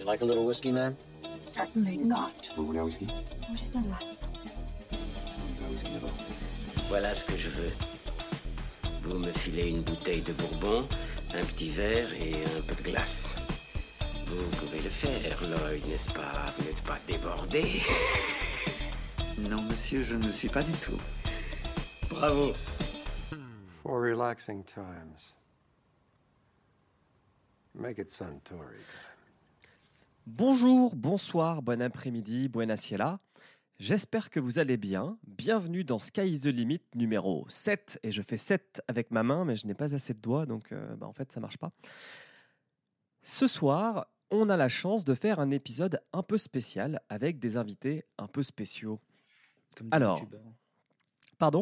like a little whiskey, man? Certainly not. Vous voulez un whisky? Juste un là. Un whisky d'abord. Voilà ce que je veux. Vous me filez une bouteille de bourbon, un petit verre et un peu de glace. Vous pouvez le faire, Lloyd, n'est-ce pas? Vous n'êtes pas débordé? Non, monsieur, je ne le suis pas du tout. Bravo. For relaxing times. Make it Suntory time. Bonjour, bonsoir, bon après-midi, buena ciela. J'espère que vous allez bien. Bienvenue dans Sky is the Limit numéro 7. Et je fais 7 avec ma main, mais je n'ai pas assez de doigts, donc en fait, ça ne marche pas. Ce soir, on a la chance de faire un épisode un peu spécial avec des invités un peu spéciaux. Comme des Alors, youtubeurs. Pardon ?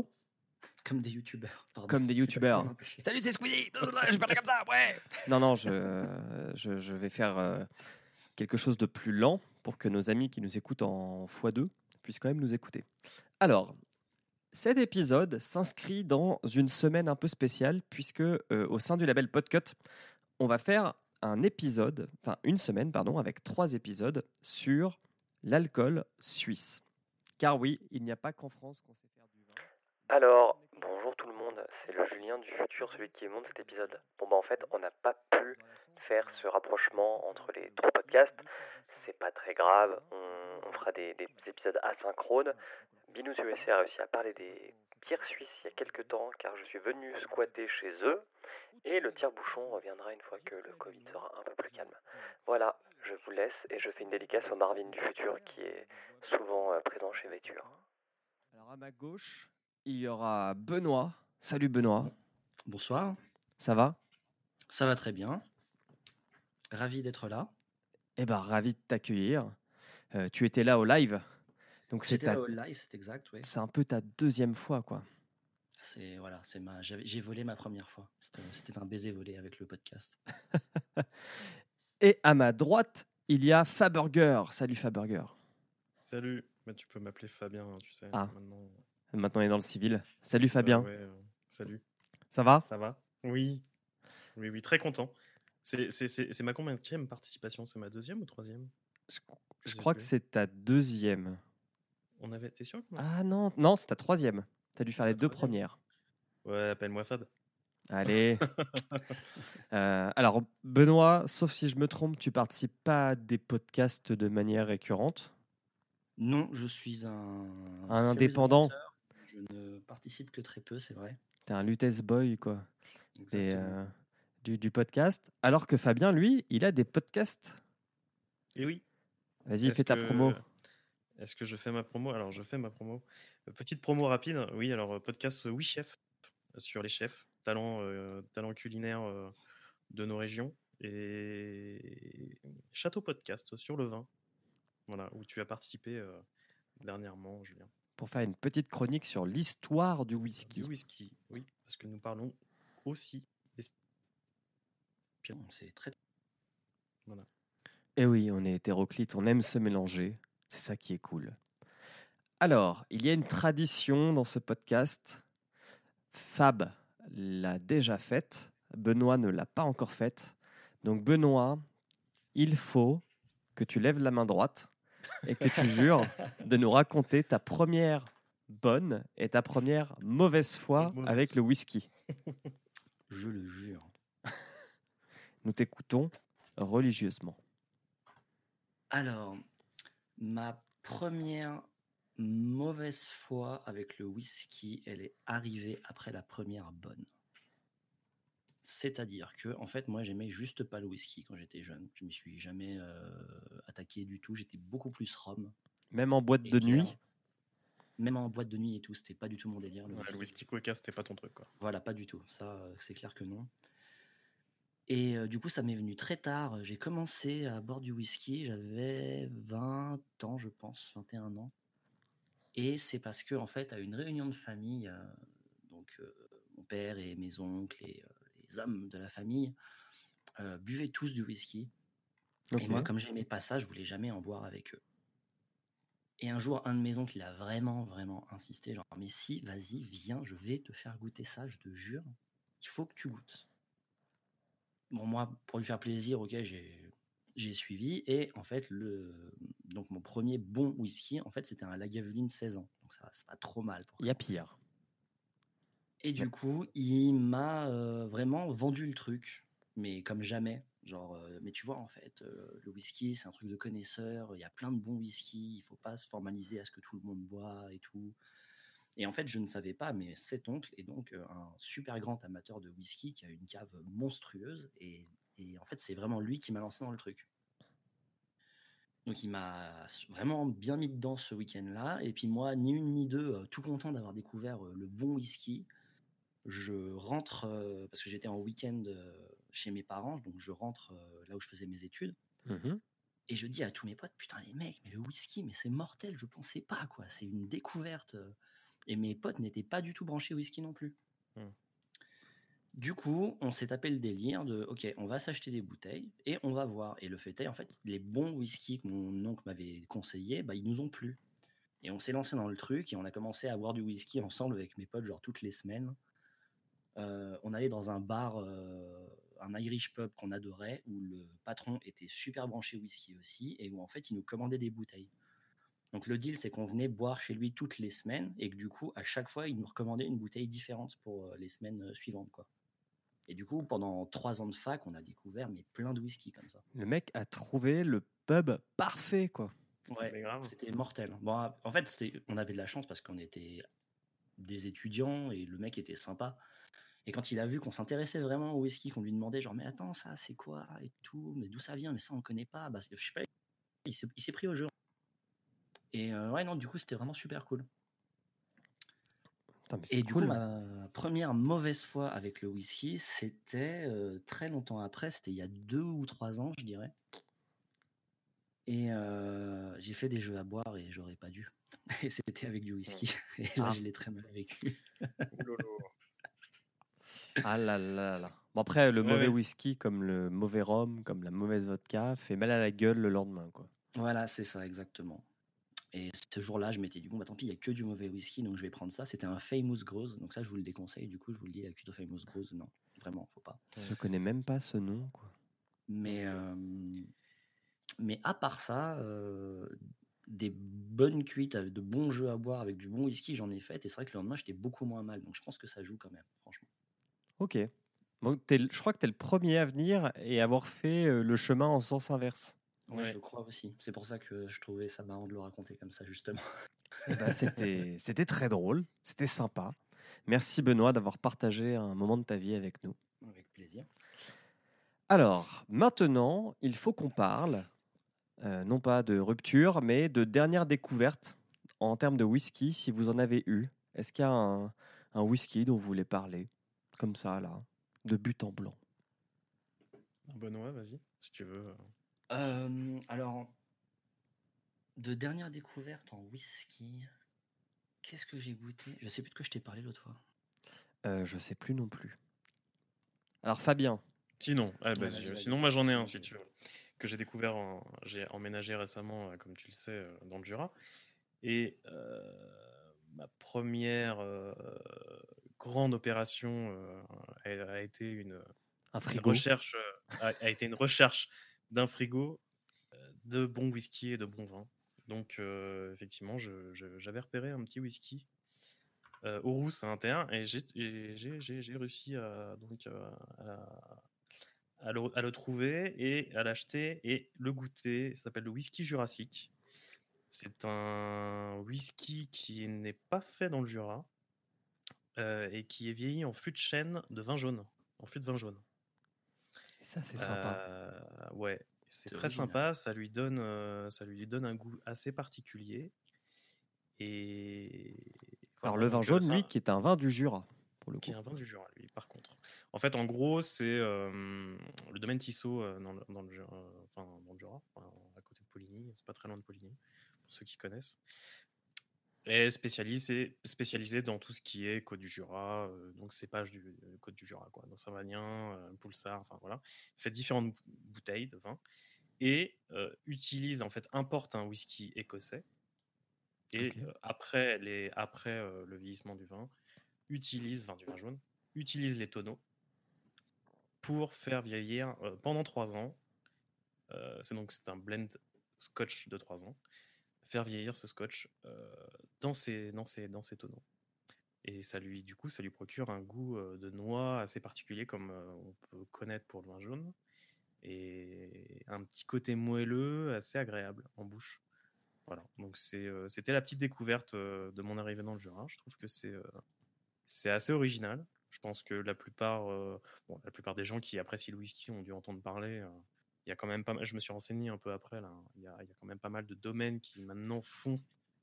Comme des youtubeurs. Pardon. Comme des youtubeurs. Un peu chier. Salut, c'est Squeezie. Je parle comme ça, ouais. Non, je vais faire quelque chose de plus lent pour que nos amis qui nous écoutent en x2 puissent quand même nous écouter. Alors, cet épisode s'inscrit dans une semaine un peu spéciale puisque au sein du label Podcut, on va faire une semaine, avec 3 épisodes sur l'alcool suisse. Car oui, il n'y a pas qu'en France qu'on sait faire du vin. Alors, bonjour tout le monde, c'est le Julien du futur, celui qui monte cet épisode. En fait, on n'a pas pu faire ce rapprochement entre les 3 podcasts. C'est pas très grave, on fera des épisodes asynchrones. Binous USA a réussi à parler des bières suisses il y a quelques temps, car je suis venu squatter chez eux. Et le tire-bouchon reviendra une fois que le Covid sera un peu plus calme. Voilà, je vous laisse et je fais une dédicace au Marvin du futur qui est souvent présent chez Vecture. Alors à ma gauche, il y aura Benoît. Salut Benoît. Bonsoir, Ça va ? ça va très bien. Ravi d'être là. Eh ben, ravi de t'accueillir. Tu étais là au live. Donc J'étais là au live, c'est exact, oui. c'est un peu ta deuxième fois, quoi. J'ai volé ma première fois. C'était un baiser volé avec le podcast. Et à ma droite, il y a Faburger. Salut Faburger. Salut, tu peux m'appeler Fabien, tu sais. Ah. Maintenant, Maintenant, il est dans le civil. Salut Fabien. ouais, salut. Ça va ? Ça va? Oui. Oui, très content. C'est ma combienième participation? C'est ma 2e ou 3e? Je sais crois que plus. c'est ta 2e. T'es sûr? Ah non, c'est ta 3e. T'as dû faire C'est les ma 2 3e. premières. Ouais, appelle-moi Fab. Allez. Alors, Benoît, sauf si je me trompe, tu participes pas à des podcasts de manière récurrente ? Non, je suis un indépendant. amateur. Je ne participe que très peu, c'est vrai. T'es un Lutèce boy, quoi. Et, Exactement. du podcast. Alors que Fabien, lui, il a des podcasts. Et oui. Vas-y, Est-ce fais ta que- promo. Est-ce que je fais ma promo? Alors, je fais ma promo. Petite promo rapide. Oui, alors, podcast Oui Chef sur les chefs, talents culinaires de nos régions. Et Château Podcast sur le vin. Voilà, où tu as participé dernièrement, Julien. Pour faire une petite chronique sur l'histoire du whisky. Du whisky, oui, parce que nous parlons aussi des C'est très. Et oui, on est hétéroclite, on aime se mélanger. C'est ça qui est cool. Alors, il y a une tradition dans ce podcast. Fab l'a déjà faite. Benoît ne l'a pas encore faite. Donc, Benoît, il faut que tu lèves la main droite et que tu jures de nous raconter ta première bonne et ta première mauvaise fois Mauvaise avec fois. le whisky. Je le jure. Nous t'écoutons religieusement. Alors, ma première mauvaise fois avec le whisky, elle est arrivée après la première bonne. C'est-à-dire que, en fait, moi, j'aimais juste pas le whisky quand j'étais jeune. Je m'y suis jamais attaqué du tout. J'étais beaucoup plus rhum. Même en boîte et de bière. nuit. Même en boîte de nuit et tout, c'était pas du tout mon délire. Le Ouais, le whisky coca, c'était pas ton truc, quoi. Voilà, pas du tout. Ça, c'est clair que non. Et du coup, ça m'est venu très tard. J'ai commencé à boire du whisky, j'avais 20 ans, je pense, 21 ans. Et c'est parce que, en fait, à une réunion de famille, mon père et mes oncles et les hommes de la famille buvaient tous du whisky. Ok. Et moi, comme j'aimais pas ça, je voulais jamais en boire avec eux. Et un jour, un de mes oncles, il a vraiment, vraiment insisté, genre, mais si, vas-y, viens, je vais te faire goûter ça, je te jure, il faut que tu goûtes. Bon, moi, pour lui faire plaisir, ok, j'ai suivi et en fait, donc mon premier bon whisky, en fait, c'était un Lagavulin 16 ans. Donc ça, c'est pas trop mal pour Il y a commencer. pire. Et du coup, il m'a vraiment vendu le truc, mais comme jamais. Genre, mais tu vois, en fait, le whisky, c'est un truc de connaisseur. Il y a plein de bons whisky. Il faut pas se formaliser à ce que tout le monde boit et tout. Et en fait, je ne savais pas, mais cet oncle est donc un super grand amateur de whisky qui a une cave monstrueuse. Et en fait, c'est vraiment lui qui m'a lancé dans le truc. Donc, il m'a vraiment bien mis dedans ce week-end-là. Et puis moi, ni une ni deux, tout content d'avoir découvert le bon whisky. Je rentre, parce que j'étais en week-end chez mes parents, donc je rentre là où je faisais mes études. Mhm. Et je dis à tous mes potes, putain les mecs, mais le whisky, mais c'est mortel, je pensais pas, quoi. C'est une découverte. Et mes potes n'étaient pas du tout branchés whisky non plus. Du coup, on s'est tapé le délire de, ok, on va s'acheter des bouteilles et on va voir. Et le fait est, en fait, les bons whisky que mon oncle m'avait conseillé, bah, ils nous ont plu. Et on s'est lancé dans le truc et on a commencé à boire du whisky ensemble avec mes potes, genre toutes les semaines. On allait dans un bar, un Irish pub qu'on adorait, où le patron était super branché whisky aussi, et où en fait il nous commandait des bouteilles. Donc le deal, c'est qu'on venait boire chez lui toutes les semaines, et que du coup, à chaque fois, il nous recommandait une bouteille différente pour les semaines suivantes, quoi. Et du coup, pendant 3 ans de fac, on a découvert mais plein de whisky comme ça. Le mec a trouvé le pub parfait, quoi. Ouais, c'était mortel. Bon, en fait, on avait de la chance parce qu'on était des étudiants et le mec était sympa. Et quand il a vu qu'on s'intéressait vraiment au whisky, qu'on lui demandait genre mais attends, ça c'est quoi et tout, mais d'où ça vient, mais ça on connaît pas, bah je sais pas, il s'est pris au jeu. Et ouais non, du coup c'était vraiment super cool. Putain, mais c'est Et du cool. coup ma première mauvaise fois avec le whisky, c'était très longtemps après, c'était il y a 2 ou 3 ans je dirais. Et j'ai fait des jeux à boire et j'aurais pas dû. Et c'était avec du whisky. Et là je l'ai très mal vécu. Ah là là là. Bon, après, le mauvais ouais. whisky, comme le mauvais rhum, comme la mauvaise vodka, fait mal à la gueule le lendemain, quoi. Voilà, c'est ça, exactement. Et ce jour-là, je m'étais dit, bon, bah tant pis, il n'y a que du mauvais whisky, donc je vais prendre ça. C'était un Famous Grouse, donc ça, je vous le déconseille. Du coup, je vous le dis, la cuite Famous Grouse, non, vraiment, faut pas. Je connais même pas ce nom, quoi. Mais à part ça, des bonnes cuites, de bons jeux à boire avec du bon whisky, j'en ai fait. Et c'est vrai que le lendemain, j'étais beaucoup moins mal. Donc je pense que ça joue quand même, franchement. Ok. Bon, je crois que tu es le premier à venir et avoir fait le chemin en sens inverse. Ouais, je crois aussi. C'est pour ça que je trouvais ça marrant de le raconter comme ça, justement. Eh ben, c'était très drôle, c'était sympa. Merci Benoît d'avoir partagé un moment de ta vie avec nous. Avec plaisir. Alors, maintenant, il faut qu'on parle, non pas de rupture, mais de dernière découverte en termes de whisky, si vous en avez eu. Est-ce qu'il y a un whisky dont vous voulez parler, comme ça, là, de but en blanc? Benoît, vas-y, si tu veux. Alors, de dernière découverte en whisky, qu'est-ce que j'ai goûté? Je sais plus de quoi je t'ai parlé l'autre fois. Je sais plus non plus. Alors Fabien. Sinon, sinon moi j'en ai un si tu veux, que j'ai découvert, j'ai emménagé récemment, comme tu le sais, dans le Jura. Et ma première grande opération a été une recherche, a été une recherche d'un frigo de bons whisky et de bons vins. Donc effectivement, j'avais repéré un petit whisky au Rousse à 21 et j'ai réussi à le trouver et à l'acheter et le goûter. Ça s'appelle le whisky jurassique. C'est un whisky qui n'est pas fait dans le Jura et qui est vieilli en fût de chêne de vin jaune, en fût de vin jaune. Et ça, c'est sympa. Ouais, c'est très sympa. Ça lui donne un goût assez particulier. Et alors le vin jaune, lui, qui est un vin du Jura. Qui est un vin du Jura, lui, par contre. En fait, en gros, c'est le domaine Tissot dans le Jura, à côté de Poligny. C'est pas très loin de Poligny, pour ceux qui connaissent. Et spécialisé dans tout ce qui est Côte du Jura, donc cépage du Côte du Jura, quoi. Dans Savagnin, Poulsard, enfin voilà. Il fait différentes bouteilles de vin et importe un whisky écossais. Et après le vieillissement du vin, utilise les tonneaux pour faire vieillir pendant 3 ans C'est un blend scotch de 3 ans. Faire vieillir ce scotch dans ces tonneaux. Et ça lui procure un goût de noix assez particulier, comme on peut connaître pour le vin jaune, et un petit côté moelleux assez agréable en bouche. Voilà, donc c'était la petite découverte de mon arrivée dans le Jura. Je trouve que c'est assez original. Je pense que la plupart des gens qui apprécient le whisky ont dû entendre parler. Il y a quand même pas mal, je me suis renseigné un peu après, là. Il y a quand même pas mal de domaines qui maintenant font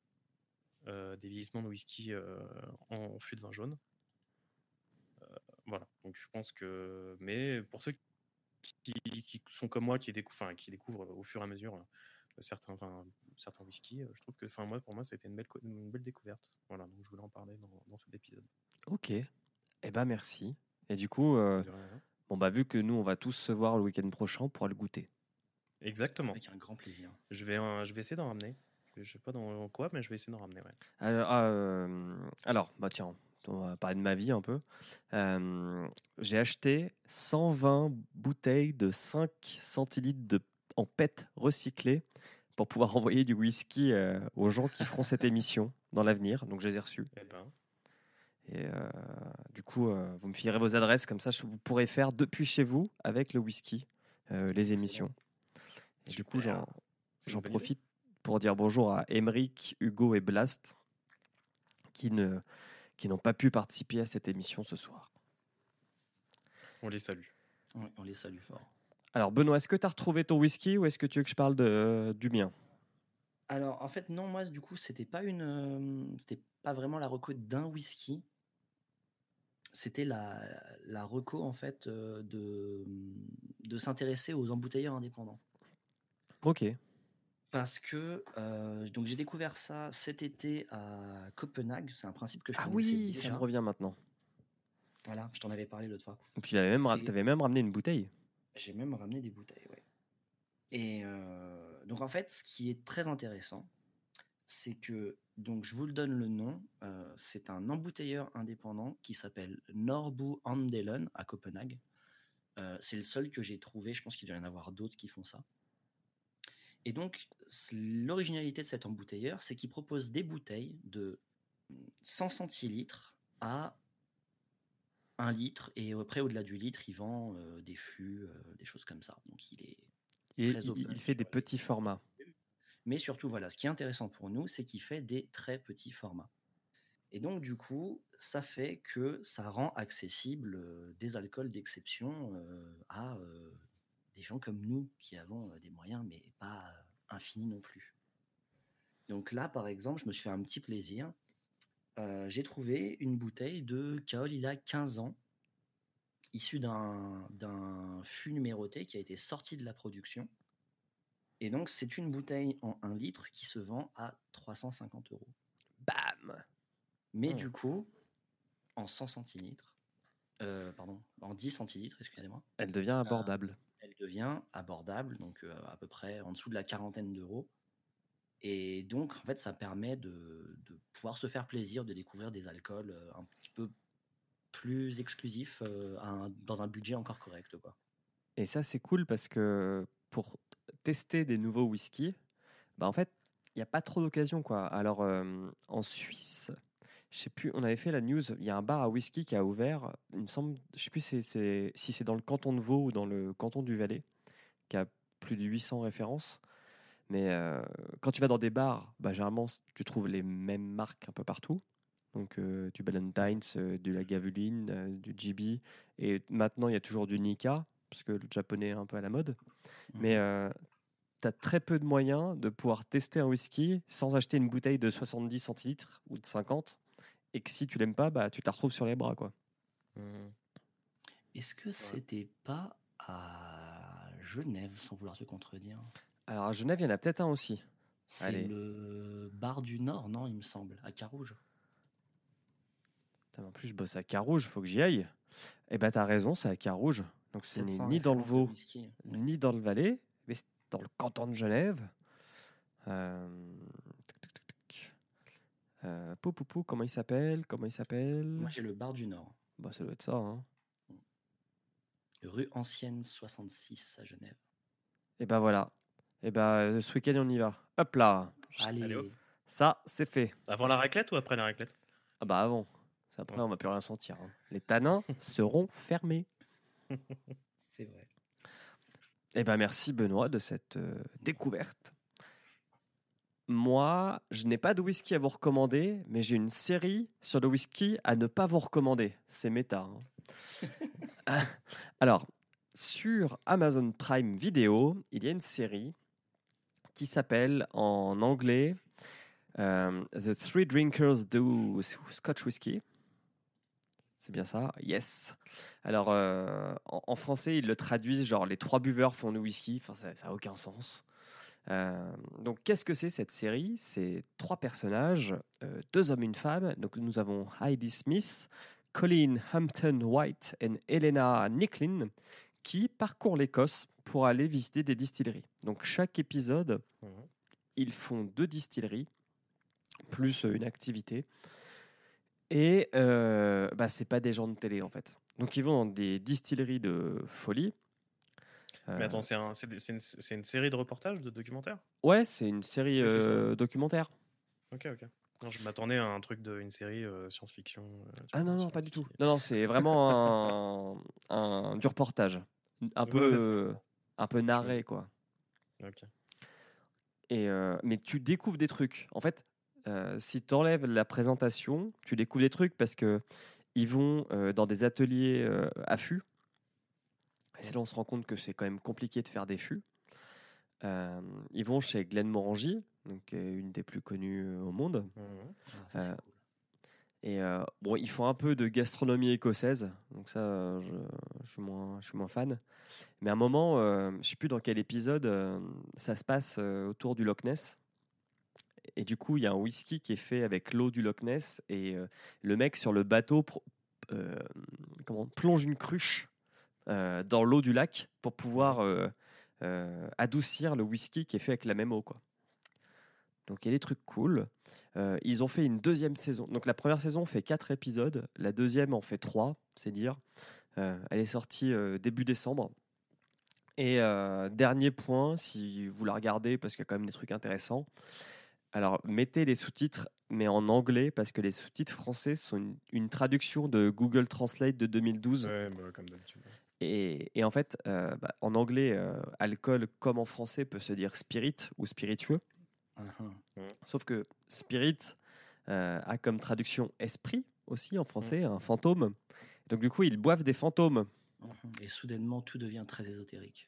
des vieillissements de whisky en fût de vin jaune. Voilà, donc je pense que. Mais pour ceux qui sont comme moi, qui découvrent au fur et à mesure certains whiskies, je trouve que pour moi, c'était une belle découverte. Voilà, donc je voulais en parler dans cet épisode. Ok, merci. Et du coup, vu que nous, on va tous se voir le week-end prochain, on pourra le goûter. Exactement. Avec un grand plaisir. Je vais essayer d'en ramener. Je sais pas dans quoi, mais je vais essayer d'en ramener. Ouais. Alors, tiens, on va parler de ma vie un peu. J'ai acheté 120 bouteilles de 5 centilitres en PET recyclés pour pouvoir envoyer du whisky aux gens qui feront cette émission dans l'avenir. Donc, je les ai reçus. Et du coup, vous me filerez vos adresses, comme ça, vous pourrez faire depuis chez vous avec le whisky les émissions. Et du coup, j'en profite pour dire bonjour à Émeric, Hugo et Blast qui n'ont pas pu participer à cette émission ce soir. On les salue. Oui, on les salue fort. Alors Benoît, est-ce que tu as retrouvé ton whisky ou est-ce que tu veux que je parle du mien ? Alors en fait non, moi du coup c'était pas vraiment la reco d'un whisky. C'était la reco en fait de s'intéresser aux embouteilleurs indépendants. Ok. Parce que donc j'ai découvert ça cet été à Copenhague. C'est un principe que je connaissais oui, déjà. Ça me revient maintenant. Voilà, je t'en avais parlé l'autre fois. Et puis tu avais même ramené une bouteille. J'ai même ramené des bouteilles, ouais. Et donc en fait, ce qui est très intéressant, c'est que, donc je vous le donne le nom, c'est un embouteilleur indépendant qui s'appelle Norbu Andelen à Copenhague. C'est le seul que j'ai trouvé, je pense qu'il doit y en avoir d'autres qui font ça. Et donc, l'originalité de cet embouteilleur, c'est qu'il propose des bouteilles de 100 centilitres à 1 litre, et après, au-delà du litre, il vend des fûts, des choses comme ça. Donc, il fait des petits formats. Mais surtout, voilà, ce qui est intéressant pour nous, c'est qu'il fait des très petits formats. Et donc, du coup, ça fait que ça rend accessible des alcools d'exception à des gens comme nous qui avons des moyens, mais pas infinis non plus. Donc là, par exemple, je me suis fait un petit plaisir. J'ai trouvé une bouteille de Kaol, il a 15 ans, issue d'un fût numéroté qui a été sorti de la production. Et donc, c'est une bouteille en 1 litre qui se vend à 350 €. Bam ! Mais du coup, en 100 centilitres, en 10 centilitres, excusez-moi. Elle devient abordable. Elle devient abordable, donc à peu près en dessous de la quarantaine d'euros. Et donc, en fait, ça permet de pouvoir se faire plaisir, de découvrir des alcools un petit peu plus exclusifs dans un budget encore correct, quoi. Et ça, c'est cool parce que pour tester des nouveaux whiskies, en fait, il n'y a pas trop d'occasion, quoi. Alors, en Suisse, je sais plus, on avait fait la news, il y a un bar à whisky qui a ouvert, il me semble, je sais plus si c'est dans le canton de Vaud ou dans le canton du Valais, qui a plus de 800 références. Mais quand tu vas dans des bars, généralement, tu trouves les mêmes marques un peu partout. Donc, du Ballantine's, du Lagavulin, du GB. Et maintenant, il y a toujours du Nikka, parce que le japonais est un peu à la mode. Mais tu as très peu de moyens de pouvoir tester un whisky sans acheter une bouteille de 70 centilitres ou de 50. Et que si tu l'aimes pas, tu te la retrouves sur les bras, quoi. Est-ce que c'était pas à Genève, sans vouloir te contredire ? Alors à Genève, il y en a peut-être un aussi. C'est le bar du Nord, non, il me semble, à Carouge. En plus, je bosse à Carouge, faut que j'y aille. Eh ben, t'as raison, c'est à Carouge. Donc c'est ni dans le Vaud, ni dans le Valais, mais c'est dans le canton de Genève. Comment il s'appelle ? Moi, j'ai le bar du Nord. Ça doit être ça. Hein. Rue Ancienne 66 à Genève. Et ben voilà. Et ben ce week-end, on y va. Hop là. Allez. hop. Ça, c'est fait. Avant la raclette ou après la raclette? Ah bah avant. C'est après, on va plus rien sentir. Hein. Les tanins seront fermés. C'est vrai. Eh ben merci Benoît de cette découverte. Moi, je n'ai pas de whisky à vous recommander, mais j'ai une série sur le whisky à ne pas vous recommander. C'est méta. Hein. Alors, sur Amazon Prime Video, il y a une série qui s'appelle en anglais The Three Drinkers do Scotch Whisky. C'est bien ça? Yes. Alors, en français, ils le traduisent genre les 3 buveurs font du whisky. Enfin, ça n'a aucun sens. Donc, qu'est-ce que c'est cette série? C'est 3 personnages, 2 hommes, une femme. Donc, nous avons Heidi Smith, Colleen Hampton-White et Helena Nicklin qui parcourent l'Écosse pour aller visiter des distilleries. Donc, chaque épisode, ils font 2 distilleries plus une activité. Et c'est pas des gens de télé en fait. Donc ils vont dans des distilleries de folie. Mais attends, c'est une série de reportages, de documentaires? Ouais, c'est une série Oui, c'est ça. documentaire. Ok. Non, je m'attendais à un truc une série science-fiction. Ah non, pas du tout. Non, c'est vraiment du reportage. Un peu narré quoi. Ok. Et, mais tu découvres des trucs. En fait, si tu enlèves la présentation, tu découvres des trucs parce que ils vont dans des ateliers à fûts. Et c'est là on se rend compte que c'est quand même compliqué de faire des fûts. Ils vont chez Glenmorangie, donc une des plus connues au monde. Ça, c'est cool. Et bon, ils font un peu de gastronomie écossaise, donc ça, je suis moins fan. Mais à un moment, je sais plus dans quel épisode, ça se passe autour du Loch Ness. Et du coup, il y a un whisky qui est fait avec l'eau du Loch Ness et le mec sur le bateau plonge une cruche dans l'eau du lac pour pouvoir adoucir le whisky qui est fait avec la même eau, quoi. Donc il y a des trucs cool. Ils ont fait une 2e saison. Donc la première saison fait 4 épisodes, la deuxième en fait 3, c'est dire. Elle est sortie début décembre. Et dernier point, si vous la regardez, parce qu'il y a quand même des trucs intéressants. Alors, mettez les sous-titres, mais en anglais, parce que les sous-titres français sont une traduction de Google Translate de 2012. Ouais, comme d'habitude. Et en fait, en anglais, alcool, comme en français, peut se dire spirit ou spiritueux. Sauf que spirit a comme traduction esprit aussi en français, un fantôme. Donc du coup, ils boivent des fantômes. Et soudainement, tout devient très ésotérique.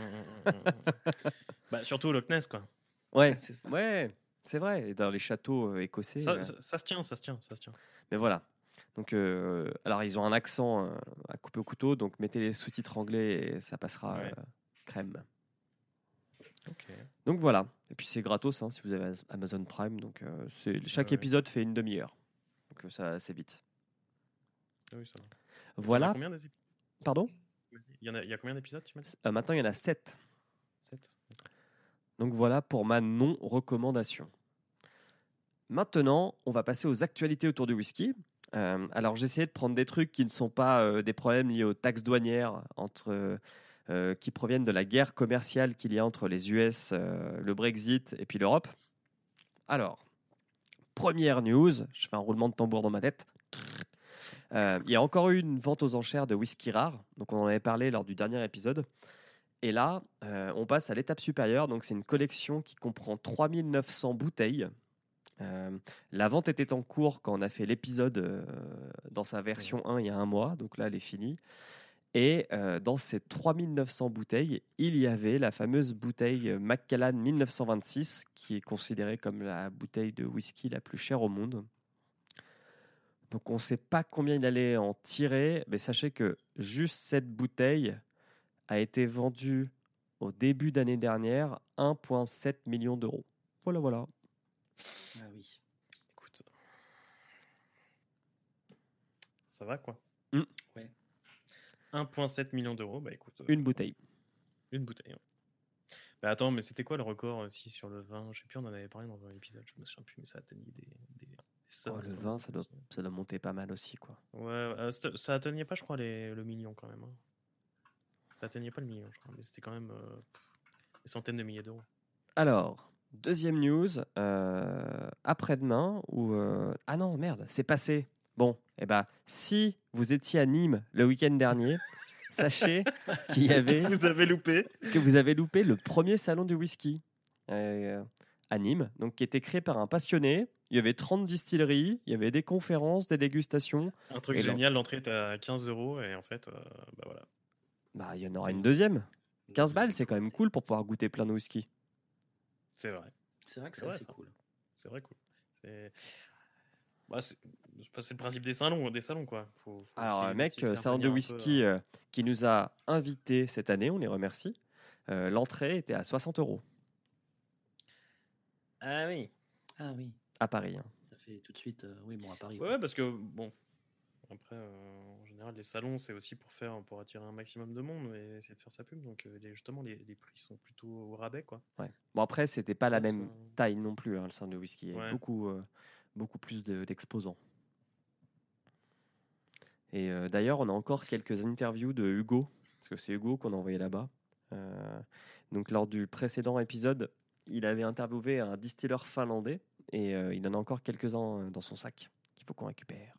Surtout au Loch Ness, quoi. Ouais, C'est ça. Ouais, c'est vrai. Et dans les châteaux écossais. Ça se tient. Mais voilà. Donc, alors, ils ont un accent à couper au couteau, donc mettez les sous-titres anglais et ça passera crème. Ok. Donc voilà. Et puis c'est gratos hein, si vous avez Amazon Prime. Donc chaque épisode fait une demi-heure. Donc ça va assez vite. Oui, ça va. Voilà. Il y a combien d'épisodes? Pardon? Il y a combien d'épisodes, tu m'as dit? Maintenant, il y en a 7. 7. Donc voilà pour ma non-recommandation. Maintenant, on va passer aux actualités autour du whisky. Alors j'ai essayé de prendre des trucs qui ne sont pas des problèmes liés aux taxes douanières qui proviennent de la guerre commerciale qu'il y a entre les US, le Brexit et puis l'Europe. Alors, première news, je fais un roulement de tambour dans ma tête. Il y a encore eu une vente aux enchères de whisky rare, donc on en avait parlé lors du dernier épisode. Et là, on passe à l'étape supérieure, donc c'est une collection qui comprend 3900 bouteilles. La vente était en cours quand on a fait l'épisode dans sa version 1 il y a un mois, donc là elle est finie. Et dans ces 3900 bouteilles, il y avait la fameuse bouteille Macallan 1926, qui est considérée comme la bouteille de whisky la plus chère au monde. Donc on ne sait pas combien il allait en tirer, mais sachez que juste cette bouteille a été vendue au début d'année dernière 1,7 million d'euros. Voilà. Ah oui. Écoute, ça va quoi? Ouais. 1,7 million d'euros, bah écoute. Une bouteille. Une bouteille. Bah attends, mais c'était quoi le record aussi sur le vin? Je sais plus, on en avait parlé dans un épisode, je me souviens plus, mais ça atteignait des sommes. Le vin, ça doit monter pas mal aussi, quoi. Ouais, ça atteignait pas, je crois, le million quand même. Hein. Ça atteignait pas le million, je crois, mais c'était quand même Des centaines de milliers d'euros. Alors, deuxième news, après-demain, ou... Ah non, merde, c'est passé. Bon, eh ben, si vous étiez à Nîmes le week-end dernier, sachez qu'il y avait... Vous avez loupé. que vous avez loupé le premier salon du whisky à Nîmes, donc qui était créé par un passionné. Il y avait 30 distilleries, il y avait des conférences, des dégustations. Un truc Et génial, l'entrée est à 15 € et en fait, bah voilà. Bah, il y en aura une deuxième. 15 balles, c'est quand même cool pour pouvoir goûter plein de whisky. C'est vrai. C'est vrai que C'est c'est vrai, assez ça. cool. C'est vrai, cool. Bah, c'est le principe des salons, quoi. Faut Alors, essayer mec, aussi de faire salon de venir un whisky peu, qui nous a invités cette année, on les remercie. L'entrée était à 60 € Ah oui. Ah oui, à Paris. Hein. ça fait tout de suite. Oui, bon, à Paris. Ouais, parce que bon. Après, en général, les salons, c'est aussi pour attirer un maximum de monde et essayer de faire sa pub. Donc, justement, les prix sont plutôt au rabais, quoi. Ouais. Bon, après, c'était pas la Ouais, même taille non plus, hein, le salon de whisky. Il y avait Ouais. beaucoup plus d'exposants. Et d'ailleurs, on a encore quelques interviews de Hugo, parce que c'est Hugo qu'on a envoyé là-bas. Donc, lors du précédent épisode, il avait interviewé un distilleur finlandais et il en a encore quelques-uns dans son sac qu'il faut qu'on récupère.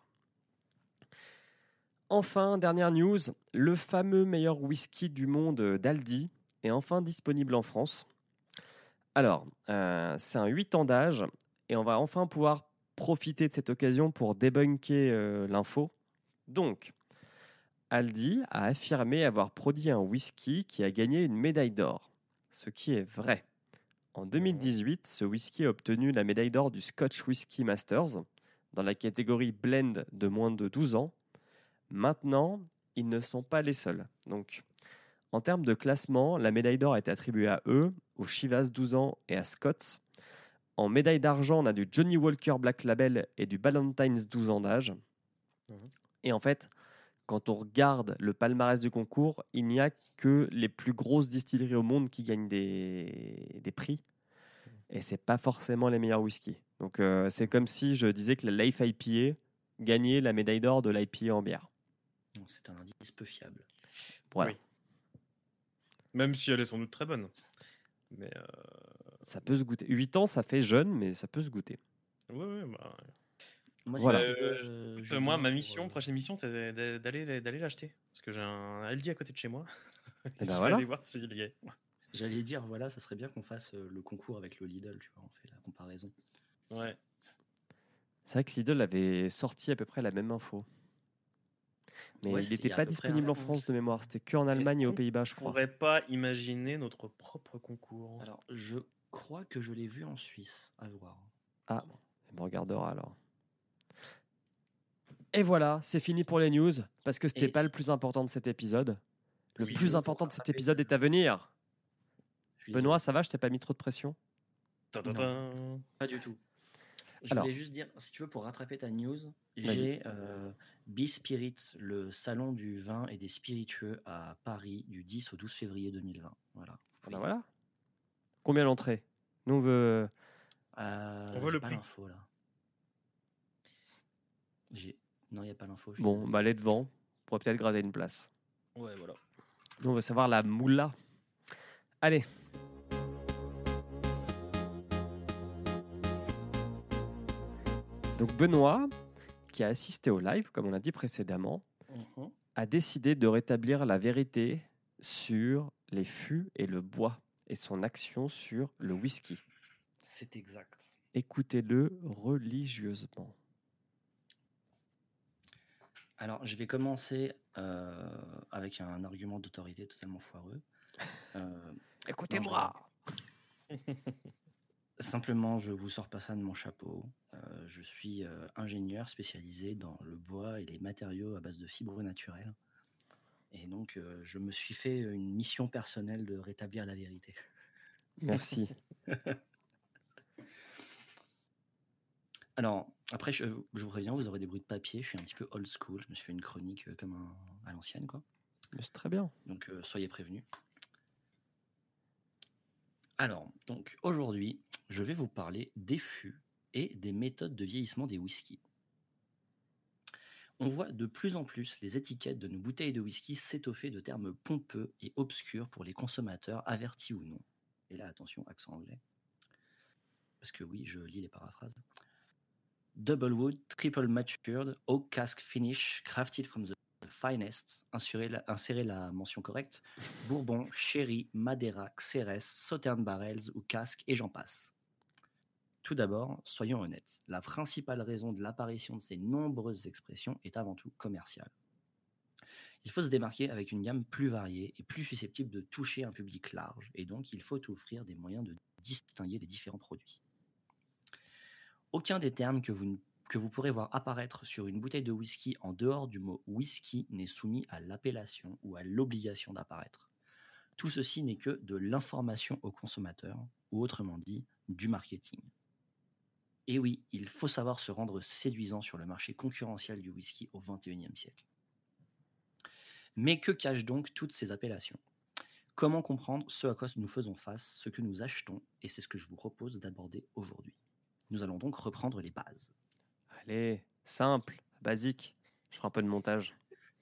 Enfin, dernière news, le fameux meilleur whisky du monde d'Aldi est enfin disponible en France. Alors, c'est un 8 ans d'âge et on va enfin pouvoir profiter de cette occasion pour débunker l'info. Donc, Aldi a affirmé avoir produit un whisky qui a gagné une médaille d'or, ce qui est vrai. En 2018, ce whisky a obtenu la médaille d'or du Scotch Whisky Masters dans la catégorie blend de moins de 12 ans. Maintenant, ils ne sont pas les seuls. Donc, en termes de classement, la médaille d'or a été attribuée à eux, aux Chivas 12 ans et à Scott's. En médaille d'argent, on a du Johnny Walker Black Label et du Ballantines 12 ans d'âge. Et en fait, quand on regarde le palmarès du concours, il n'y a que les plus grosses distilleries au monde qui gagnent des prix. Et c'est pas forcément les meilleurs whisky. Donc, c'est comme si je disais que la Life IPA gagnait la médaille d'or de l'IPA en bière. C'est un indice peu fiable. Voilà. Oui. Même si elle est sans doute très bonne. Mais ça peut se goûter. 8 ans, ça fait jeune, mais ça peut se goûter. Ouais, bah. Moi, Voilà. Moi, ma mission, prochaine mission, c'est d'aller l'acheter. Parce que j'ai un Aldi à côté de chez moi. Et je vais voilà. aller voir s'il y est. J'allais dire, voilà, ça serait bien qu'on fasse le concours avec le Lidl, tu vois, on fait la comparaison. Ouais. C'est vrai que Lidl avait sorti à peu près la même info. Mais Ouais, il c'était n'était il y a pas à peu près disponible un en an. France de mémoire. C'était qu'en Allemagne et aux Pays-Bas, je On crois. pourrait pas imaginer notre propre concours. Alors, je crois que je l'ai vu en Suisse, à voir. Ah, on regardera alors. Et voilà, c'est fini pour les news, parce que c'était Et pas le plus important de cet épisode. Le si plus tu veux, important pour de cet rattraper épisode est à venir. Je suis Benoît, désolé. ça va? Je t'ai pas mis trop de pression? Ta-ta-ta. Pas du tout. Je Alors. voulais juste dire, si tu veux, pour rattraper ta news, Vas-y. j'ai B-Spirits, le salon du vin et des spiritueux à Paris du 10 au 12 février 2020. Voilà. Vous Ah pouvez bah y voilà. Combien l'entrée? Nous, on veut... On voit j'ai le pas prix. l'info là. Non, il n'y a pas l'info. Bon, bah allez devant. On pourrait peut-être gratter une place. Ouais, voilà. Nous, on veut savoir la moula. Allez. Donc Benoît, qui a assisté au live, comme on l'a dit précédemment, a décidé de rétablir la vérité sur les fûts et le bois et son action sur le whisky. C'est exact. Écoutez-le religieusement. Alors, je vais commencer avec un argument d'autorité totalement foireux. Écoutez-moi. Simplement, je vous sors pas ça de mon chapeau. Je suis ingénieur spécialisé dans le bois et les matériaux à base de fibres naturelles. Et donc, je me suis fait une mission personnelle de rétablir la vérité. Merci. Alors, après, je vous préviens, vous aurez des bruits de papier. Je suis un petit peu old school. Je me suis fait une chronique à l'ancienne, quoi. Mais c'est très bien. Donc, soyez prévenus. Alors, donc, aujourd'hui, je vais vous parler des fûts et des méthodes de vieillissement des whiskies. On voit de plus en plus les étiquettes de nos bouteilles de whisky s'étoffer de termes pompeux et obscurs pour les consommateurs, avertis ou non. et là attention, accent anglais, parce que oui, je lis les paraphrases. Double wood, triple matured, oak cask finish, crafted from the finest, insérez la mention correcte, bourbon, sherry, madeira, xérès, sauterne barrels ou casque et j'en passe. Tout d'abord, soyons honnêtes, la principale raison de l'apparition de ces nombreuses expressions est avant tout commerciale. Il faut se démarquer avec une gamme plus variée et plus susceptible de toucher un public large, et donc il faut offrir des moyens de distinguer les différents produits. Aucun des termes que vous pourrez voir apparaître sur une bouteille de whisky en dehors du mot whisky n'est soumis à l'appellation ou à l'obligation d'apparaître. Tout ceci n'est que de l'information au consommateur, ou autrement dit, du marketing. Et oui, il faut savoir se rendre séduisant sur le marché concurrentiel du whisky au XXIe siècle. Mais que cachent donc toutes ces appellations ? Comment comprendre ce à quoi nous faisons face, ce que nous achetons, et c'est ce que je vous propose d'aborder aujourd'hui. Nous allons donc reprendre les bases. Allez, simple, basique. Je ferai un peu de montage.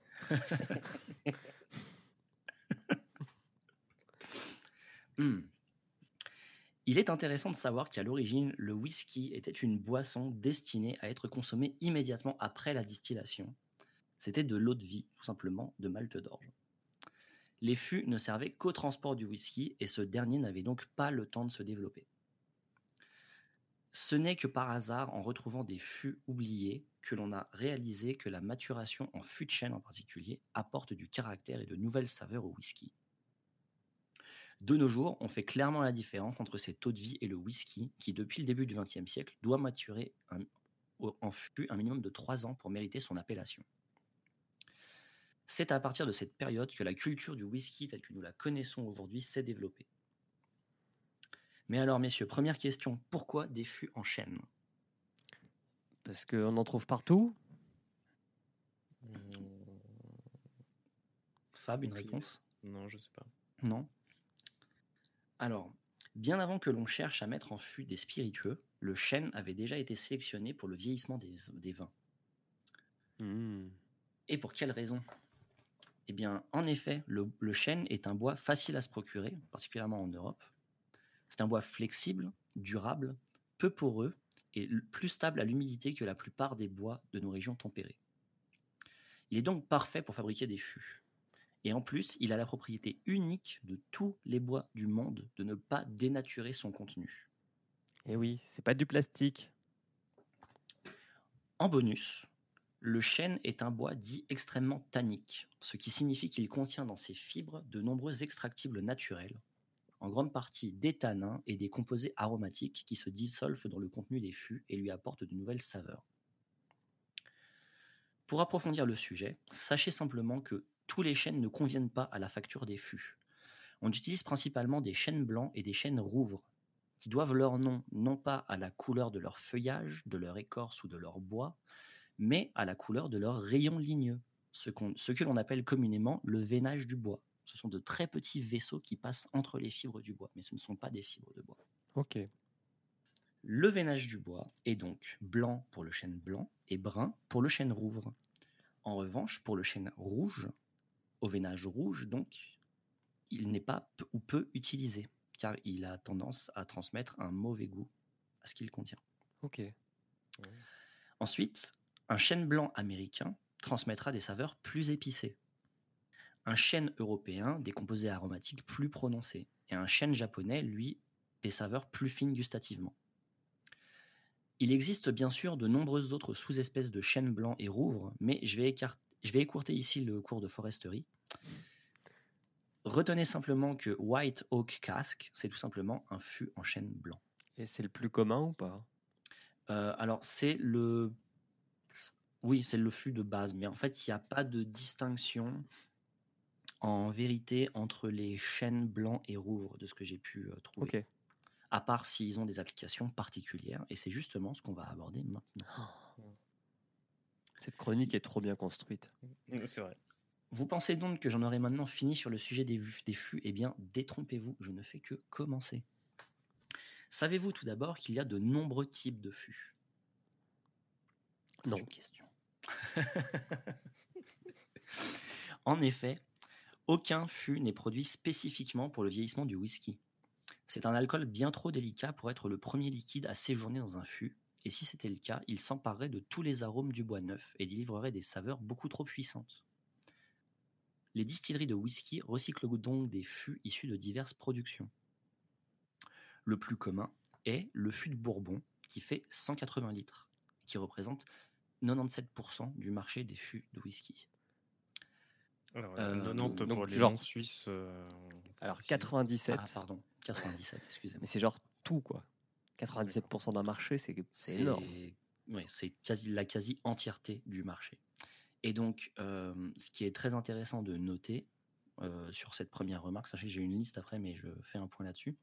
Il est intéressant de savoir qu'à l'origine, le whisky était une boisson destinée à être consommée immédiatement après la distillation. C'était de l'eau de vie, tout simplement, de malt d'orge. Les fûts ne servaient qu'au transport du whisky et ce dernier n'avait donc pas le temps de se développer. Ce n'est que par hasard, en retrouvant des fûts oubliés, que l'on a réalisé que la maturation en fût de chêne en particulier apporte du caractère et de nouvelles saveurs au whisky. De nos jours, on fait clairement la différence entre cette eau de vie et le whisky qui, depuis le début du XXe siècle, doit maturer en fût un minimum de 3 ans pour mériter son appellation. C'est à partir de cette période que la culture du whisky telle que nous la connaissons aujourd'hui s'est développée. Mais alors, messieurs, première question, pourquoi des fûts en chêne ? Parce qu'on en trouve partout. Fab, une réponse ? Non, je sais pas. Non. Alors, bien avant que l'on cherche à mettre en fût des spiritueux, le chêne avait déjà été sélectionné pour le vieillissement des vins. Et pour quelle raison ? Eh bien, en effet, le chêne est un bois facile à se procurer, particulièrement en Europe. C'est un bois flexible, durable, peu poreux et plus stable à l'humidité que la plupart des bois de nos régions tempérées. Il est donc parfait pour fabriquer des fûts. Et en plus, il a la propriété unique de tous les bois du monde de ne pas dénaturer son contenu. Et oui, c'est pas du plastique. En bonus, le chêne est un bois dit extrêmement tannique, ce qui signifie qu'il contient dans ses fibres de nombreux extractibles naturels, en grande partie des tanins et des composés aromatiques qui se dissolvent dans le contenu des fûts et lui apportent de nouvelles saveurs. Pour approfondir le sujet, sachez simplement que tous les chênes ne conviennent pas à la facture des fûts. On utilise principalement des chênes blancs et des chênes rouvres, qui doivent leur nom non pas à la couleur de leur feuillage, de leur écorce ou de leur bois, mais à la couleur de leur rayon ligneux, ce que l'on appelle communément le veinage du bois. Ce sont de très petits vaisseaux qui passent entre les fibres du bois, mais ce ne sont pas des fibres de bois. Ok. Le veinage du bois est donc blanc pour le chêne blanc et brun pour le chêne rouvre. En revanche, pour le chêne rouge, au veinage rouge, donc, il n'est pas ou peu utilisé, car il a tendance à transmettre un mauvais goût à ce qu'il contient. Ok. Ensuite, un chêne blanc américain transmettra des saveurs plus épicées. Un chêne européen, des composés aromatiques plus prononcés. Et un chêne japonais, lui, des saveurs plus fines gustativement. Il existe bien sûr de nombreuses autres sous-espèces de chêne blanc et rouvre, mais je vais écourter ici le cours de foresterie. Retenez simplement que White Oak Cask, c'est tout simplement un fût en chêne blanc. Et c'est le plus commun ou pas ? Alors, c'est le fût de base, mais en fait, il n'y a pas de distinction en vérité entre les chênes blancs et rouvres de ce que j'ai pu trouver. Ok. À part s'ils ont des applications particulières, et c'est justement ce qu'on va aborder maintenant. Cette chronique est trop bien construite. C'est vrai. Vous pensez donc que j'en aurai maintenant fini sur le sujet des fûts ? Eh bien, détrompez-vous, je ne fais que commencer. Savez-vous tout d'abord qu'il y a de nombreux types de fûts ? Non. Une question. En effet, aucun fût n'est produit spécifiquement pour le vieillissement du whisky. C'est un alcool bien trop délicat pour être le premier liquide à séjourner dans un fût, et si c'était le cas, il s'emparerait de tous les arômes du bois neuf et délivrerait des saveurs beaucoup trop puissantes. Les distilleries de whisky recyclent donc des fûts issus de diverses productions. Le plus commun est le fût de Bourbon, qui fait 180 litres, qui représente 97% du marché des fûts de whisky. Alors, 90 donc pour les genre- non-suisses. Alors précis. 97. Ah, pardon, 97, excusez-moi. Mais c'est genre tout, quoi. 97% d'un marché, c'est énorme. Ouais, c'est la quasi entièreté du marché. Et donc, ce qui est très intéressant de noter sur cette première remarque, sachez que j'ai une liste après, mais je fais un point là-dessus.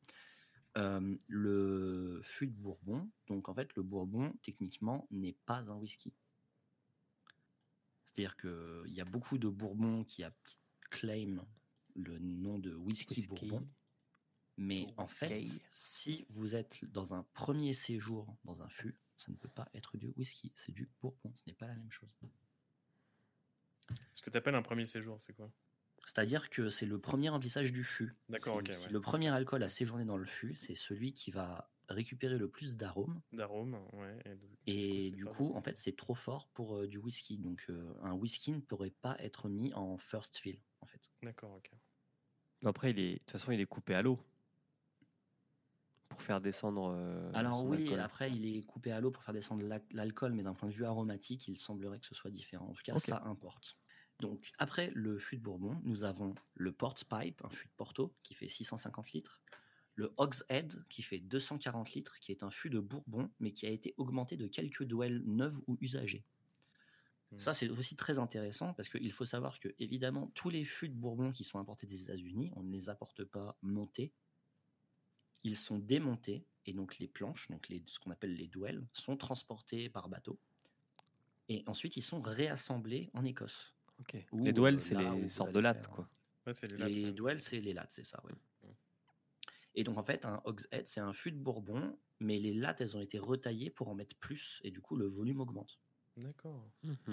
Le fût de Bourbon, donc en fait, le Bourbon, techniquement, n'est pas un whisky. C'est-à-dire qu'il y a beaucoup de Bourbons qui claiment le nom de whisky Bourbon. Mais en fait, si vous êtes dans un premier séjour dans un fût, ça ne peut pas être du whisky, c'est du Bourbon, ce n'est pas la même chose. Ce que tu appelles un premier séjour, c'est quoi? C'est-à-dire que c'est le premier remplissage du fût. D'accord, ok. C'est Ouais. le premier alcool à séjourner dans le fût, c'est celui qui va récupérer le plus d'arômes. D'arôme, ouais. Et du coup, en fait, c'est trop fort pour du whisky. Donc, un whisky ne pourrait pas être mis en first fill, en fait. D'accord, ok. Après, de toute façon, il est coupé à l'eau pour faire descendre. Alors son oui, alcool. après, il est coupé à l'eau pour faire descendre l'alcool, mais d'un point de vue aromatique, il semblerait que ce soit différent. En tout cas, Ok. ça importe. Donc, après le fût de Bourbon, nous avons le Port Pipe, un fût de Porto, qui fait 650 litres. Le Hogshead, qui fait 240 litres, qui est un fût de Bourbon, mais qui a été augmenté de quelques douelles neuves ou usagées. Ça, c'est aussi très intéressant, parce qu'il faut savoir que, évidemment, tous les fûts de Bourbon qui sont importés des États-Unis, on ne les apporte pas montés. Ils sont démontés, et donc les planches, donc ce qu'on appelle les douelles, sont transportées par bateau. Et ensuite, ils sont réassemblés en Écosse. Ok. Ou, Les douelles, c'est là où les vous sortes allez de lattes, faire- quoi. Ouais, c'est les lattes, Les ouais. douelles, c'est les lattes, c'est ça, oui. Et donc, en fait, un Hogshead, c'est un fût de Bourbon, mais les lattes, elles ont été retaillées pour en mettre plus, et du coup, le volume augmente. D'accord.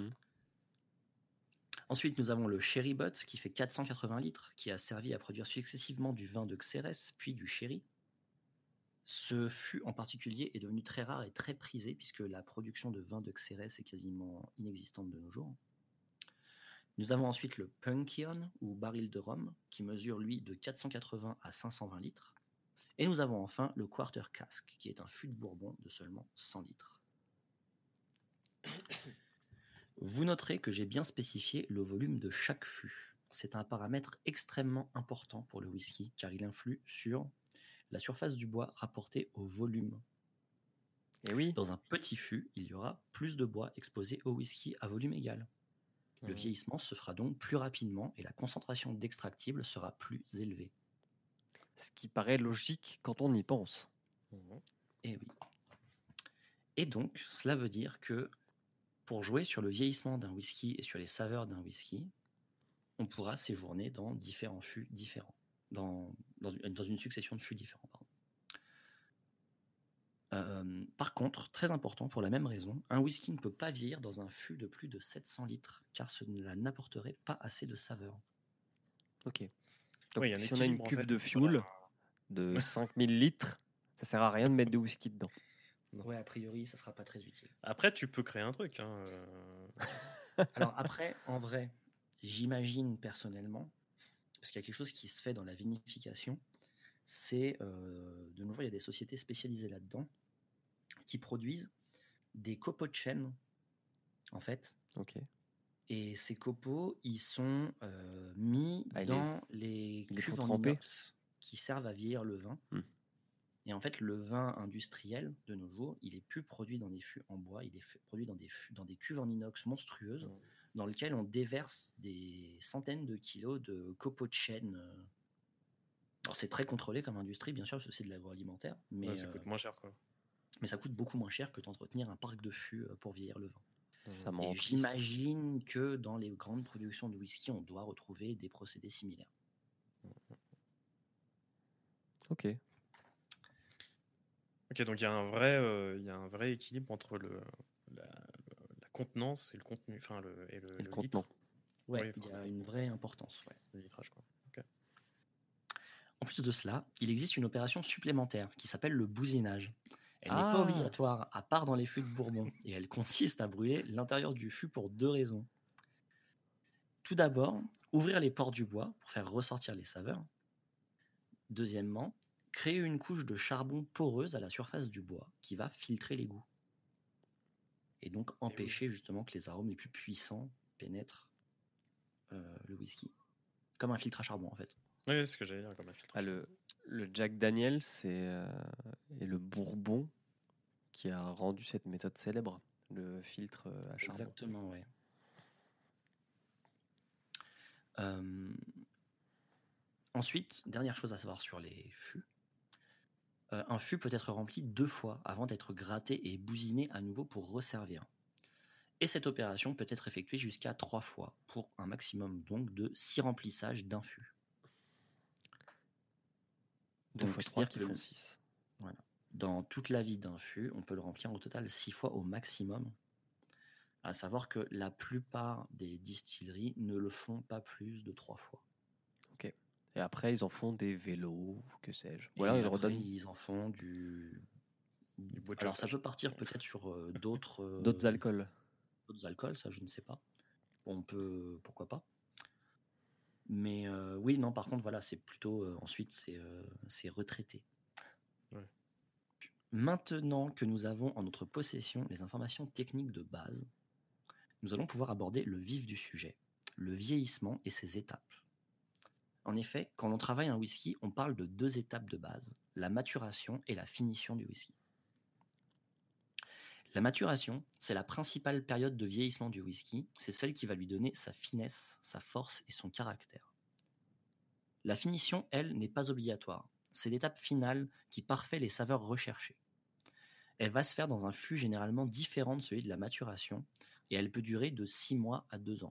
Ensuite, nous avons le Sherry Butt, qui fait 480 litres, qui a servi à produire successivement du vin de Xérès, puis du sherry. Ce fût en particulier est devenu très rare et très prisé, puisque la production de vin de Xérès est quasiment inexistante de nos jours. Nous avons ensuite le Puncheon, ou baril de rhum, qui mesure, lui, de 480 à 520 litres. Et nous avons enfin le Quarter Cask, qui est un fût de Bourbon de seulement 100 litres. Vous noterez que j'ai bien spécifié le volume de chaque fût. C'est un paramètre extrêmement important pour le whisky, car il influe sur la surface du bois rapportée au volume. Et oui. Dans un petit fût, il y aura plus de bois exposé au whisky à volume égal. Le vieillissement se fera donc plus rapidement et la concentration d'extractibles sera plus élevée. Ce qui paraît logique quand on y pense. Et oui. Et donc, cela veut dire que pour jouer sur le vieillissement d'un whisky et sur les saveurs d'un whisky, on pourra séjourner dans différents fûts différents, dans une succession de fûts différents. Par contre, très important pour la même raison, un whisky ne peut pas vieillir dans un fût de plus de 700 litres, car cela n'apporterait pas assez de saveur. Ok. Donc, Ouais, il y a un si on a une équilibre, en cuve fait, de entre fuel de 5000 litres, ça sert à rien de mettre de whisky dedans. Ouais, a priori, ça sera pas très utile. Après, tu peux créer un truc. Alors après, en vrai, j'imagine personnellement, parce qu'il y a quelque chose qui se fait dans la vinification, c'est de nos jours, il y a des sociétés spécialisées là-dedans qui produisent des copeaux de chêne, en fait. Ok. Et ces copeaux, ils sont mis dans les ils les cuves font en tremper. inox qui servent à vieillir le vin. Et en fait, le vin industriel de nos jours, il est plus produit dans des fûts en bois, il est produit dans des cuves en inox monstrueuses, dans lesquelles on déverse des centaines de kilos de copeaux de chêne. Alors c'est très contrôlé comme industrie, bien sûr, parce que c'est de l'agroalimentaire, mais ça coûte moins cher, quoi. Mais ça coûte beaucoup moins cher que d'entretenir un parc de fûts pour vieillir le vin. Ça me Et rend triste. j'imagine que dans les grandes productions de whisky, on doit retrouver des procédés similaires. Ok. Ok, donc il y a un vrai équilibre entre la contenance et le contenu, enfin le contenant. litre. Ouais, Oui, il y a une vraie importance. Ouais. Le litrage, quoi. Ok. En plus de cela, il existe une opération supplémentaire qui s'appelle le bousinage. Elle n'est pas Ah, obligatoire, à part dans les fûts de Bourbon, et elle consiste à brûler l'intérieur du fût pour 2 raisons. Tout d'abord, ouvrir les pores du bois pour faire ressortir les saveurs. Deuxièmement, créer une couche de charbon poreuse à la surface du bois qui va filtrer les goûts. Et donc empêcher justement que les arômes les plus puissants pénètrent le whisky. Comme un filtre à charbon en fait. Oui, c'est ce que j'allais dire comme un filtre. Ah, le Jack Daniel, et le Bourbon qui a rendu cette méthode célèbre, le filtre à charbon. Exactement, oui. Ensuite, dernière chose à savoir sur les fûts. Un fût peut être rempli 2 fois avant d'être gratté et bousiné à nouveau pour resservir. Et cette opération peut être effectuée jusqu'à 3 fois, pour un maximum donc de 6 remplissages d'un fût. 2 fois 3 c'est-à-dire qui que font 6. Voilà. Dans toute la vie d'un fût, on peut le remplir au total 6 fois au maximum. À savoir que la plupart des distilleries ne le font pas plus de 3 fois. Ok. Et après, ils en font des vélos, que sais-je. Et Voilà, ils après, redonnent ils en font du bois de Alors ça chauffage. peut partir peut-être sur d'autres d'autres alcools. d'autres alcools, ça je ne sais pas. On peut, pourquoi pas. Mais oui, non, par contre, voilà, c'est plutôt ensuite c'est retraité. Ouais. Maintenant que nous avons en notre possession les informations techniques de base, nous allons pouvoir aborder le vif du sujet, le vieillissement et ses étapes. En effet, quand l'on travaille un whisky, on parle de 2 étapes de base, la maturation et la finition du whisky. La maturation, c'est la principale période de vieillissement du whisky, c'est celle qui va lui donner sa finesse, sa force et son caractère. La finition, elle, n'est pas obligatoire, c'est l'étape finale qui parfait les saveurs recherchées. Elle va se faire dans un fût généralement différent de celui de la maturation, et elle peut durer de 6 mois à 2 ans.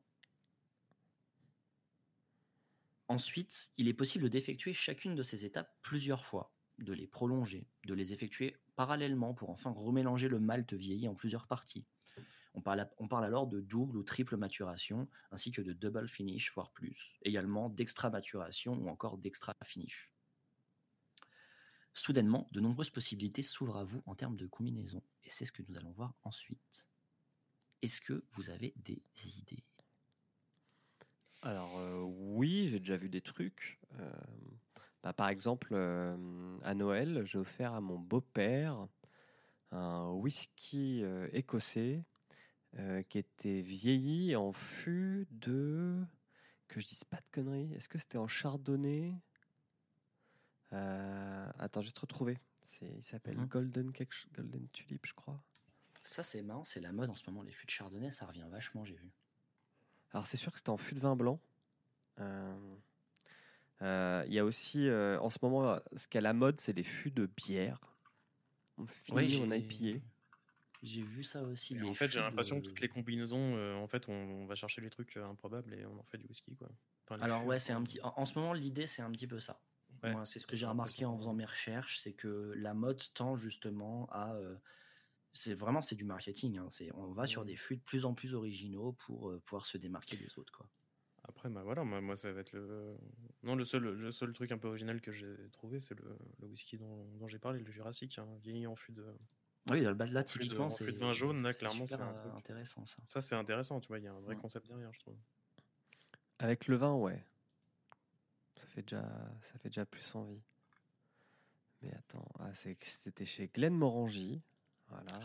Ensuite, il est possible d'effectuer chacune de ces étapes plusieurs fois, de les prolonger, de les effectuer parallèlement pour enfin remélanger le malt vieilli en plusieurs parties. On parle alors de double ou triple maturation, ainsi que de double finish, voire plus, également d'extra maturation ou encore d'extra finish. Soudainement, de nombreuses possibilités s'ouvrent à vous en termes de combinaison, et c'est ce que nous allons voir ensuite. Est-ce que vous avez des idées ? Alors oui, j'ai déjà vu des trucs. Par exemple, à Noël, j'ai offert à mon beau-père un whisky écossais qui était vieilli en fût de... Que je dise pas de conneries. Est-ce que c'était en chardonnay ? Attends, je vais te retrouver. Il s'appelle Golden Tulip, je crois. Ça, c'est marrant, c'est la mode en ce moment. Les fûts de chardonnay, ça revient vachement, j'ai vu. Alors, c'est sûr que c'était en fût de vin blanc. Il y a aussi, en ce moment, ce qu'est à la mode, c'est des fûts de bière. On finit, on a IPA. J'ai vu ça aussi. En fait, j'ai l'impression que toutes les combinaisons, en fait, on va chercher les trucs improbables et on en fait du whisky, quoi. Enfin, alors ouais, c'est un petit. En ce moment, l'idée, c'est un petit peu ça. Ouais. Moi, c'est ce que j'ai remarqué en faisant mes recherches, c'est que la mode tend justement à. C'est du marketing. Hein. On va sur des fûts de plus en plus originaux pour pouvoir se démarquer des autres, quoi. Après, voilà, moi, ça va être le seul truc un peu original que j'ai trouvé, c'est le whisky dont j'ai parlé, le Jurassique, hein, vieilli en fût de. Oui, là, typiquement, c'est. En fût de vin jaune, là, clairement, c'est super un truc intéressant, ça. Ça, c'est intéressant, tu vois, il y a un vrai concept derrière, je trouve. Avec le vin, ouais. Ça fait déjà plus envie. Mais attends, c'était chez Glenmorangie. Voilà.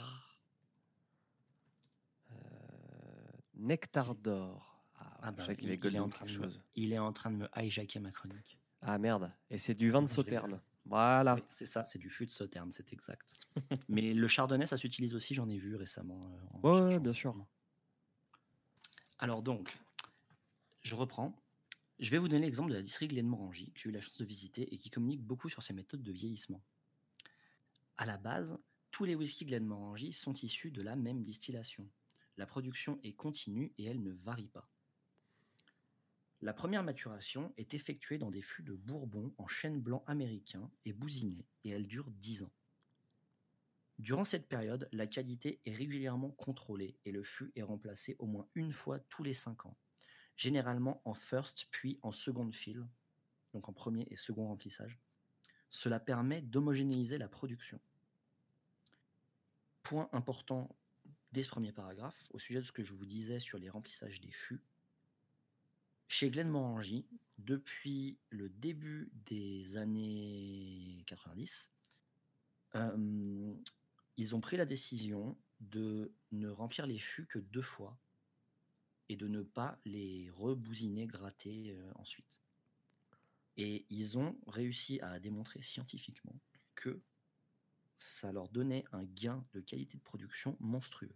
Nectar d'or. Je sais qu'il est Golden quelque chose. Il est en train de me hijacker ma chronique. Ah merde, et c'est du vin de Sauterne. Voilà. Oui, c'est ça, c'est du fût de Sauterne, c'est exact. Mais le chardonnay, ça s'utilise aussi, j'en ai vu récemment. Ouais, bien sûr. Alors donc, je reprends. Je vais vous donner l'exemple de la distillerie Glenmorangie, que j'ai eu la chance de visiter et qui communique beaucoup sur ses méthodes de vieillissement. À la base, tous les whiskies Glenmorangie sont issus de la même distillation. La production est continue et elle ne varie pas. La première maturation est effectuée dans des fûts de Bourbon en chêne blanc américain et bousiné, et elle dure 10 ans. Durant cette période, la qualité est régulièrement contrôlée et le fût est remplacé au moins une fois tous les 5 ans, généralement en first puis en seconde fill, donc en premier et second remplissage. Cela permet d'homogénéiser la production. Point important dès ce premier paragraphe, au sujet de ce que je vous disais sur les remplissages des fûts. Chez Glenmorangie, depuis le début des années 90, ils ont pris la décision de ne remplir les fûts que 2 fois et de ne pas les rebousiner, gratter ensuite. Et ils ont réussi à démontrer scientifiquement que ça leur donnait un gain de qualité de production monstrueux.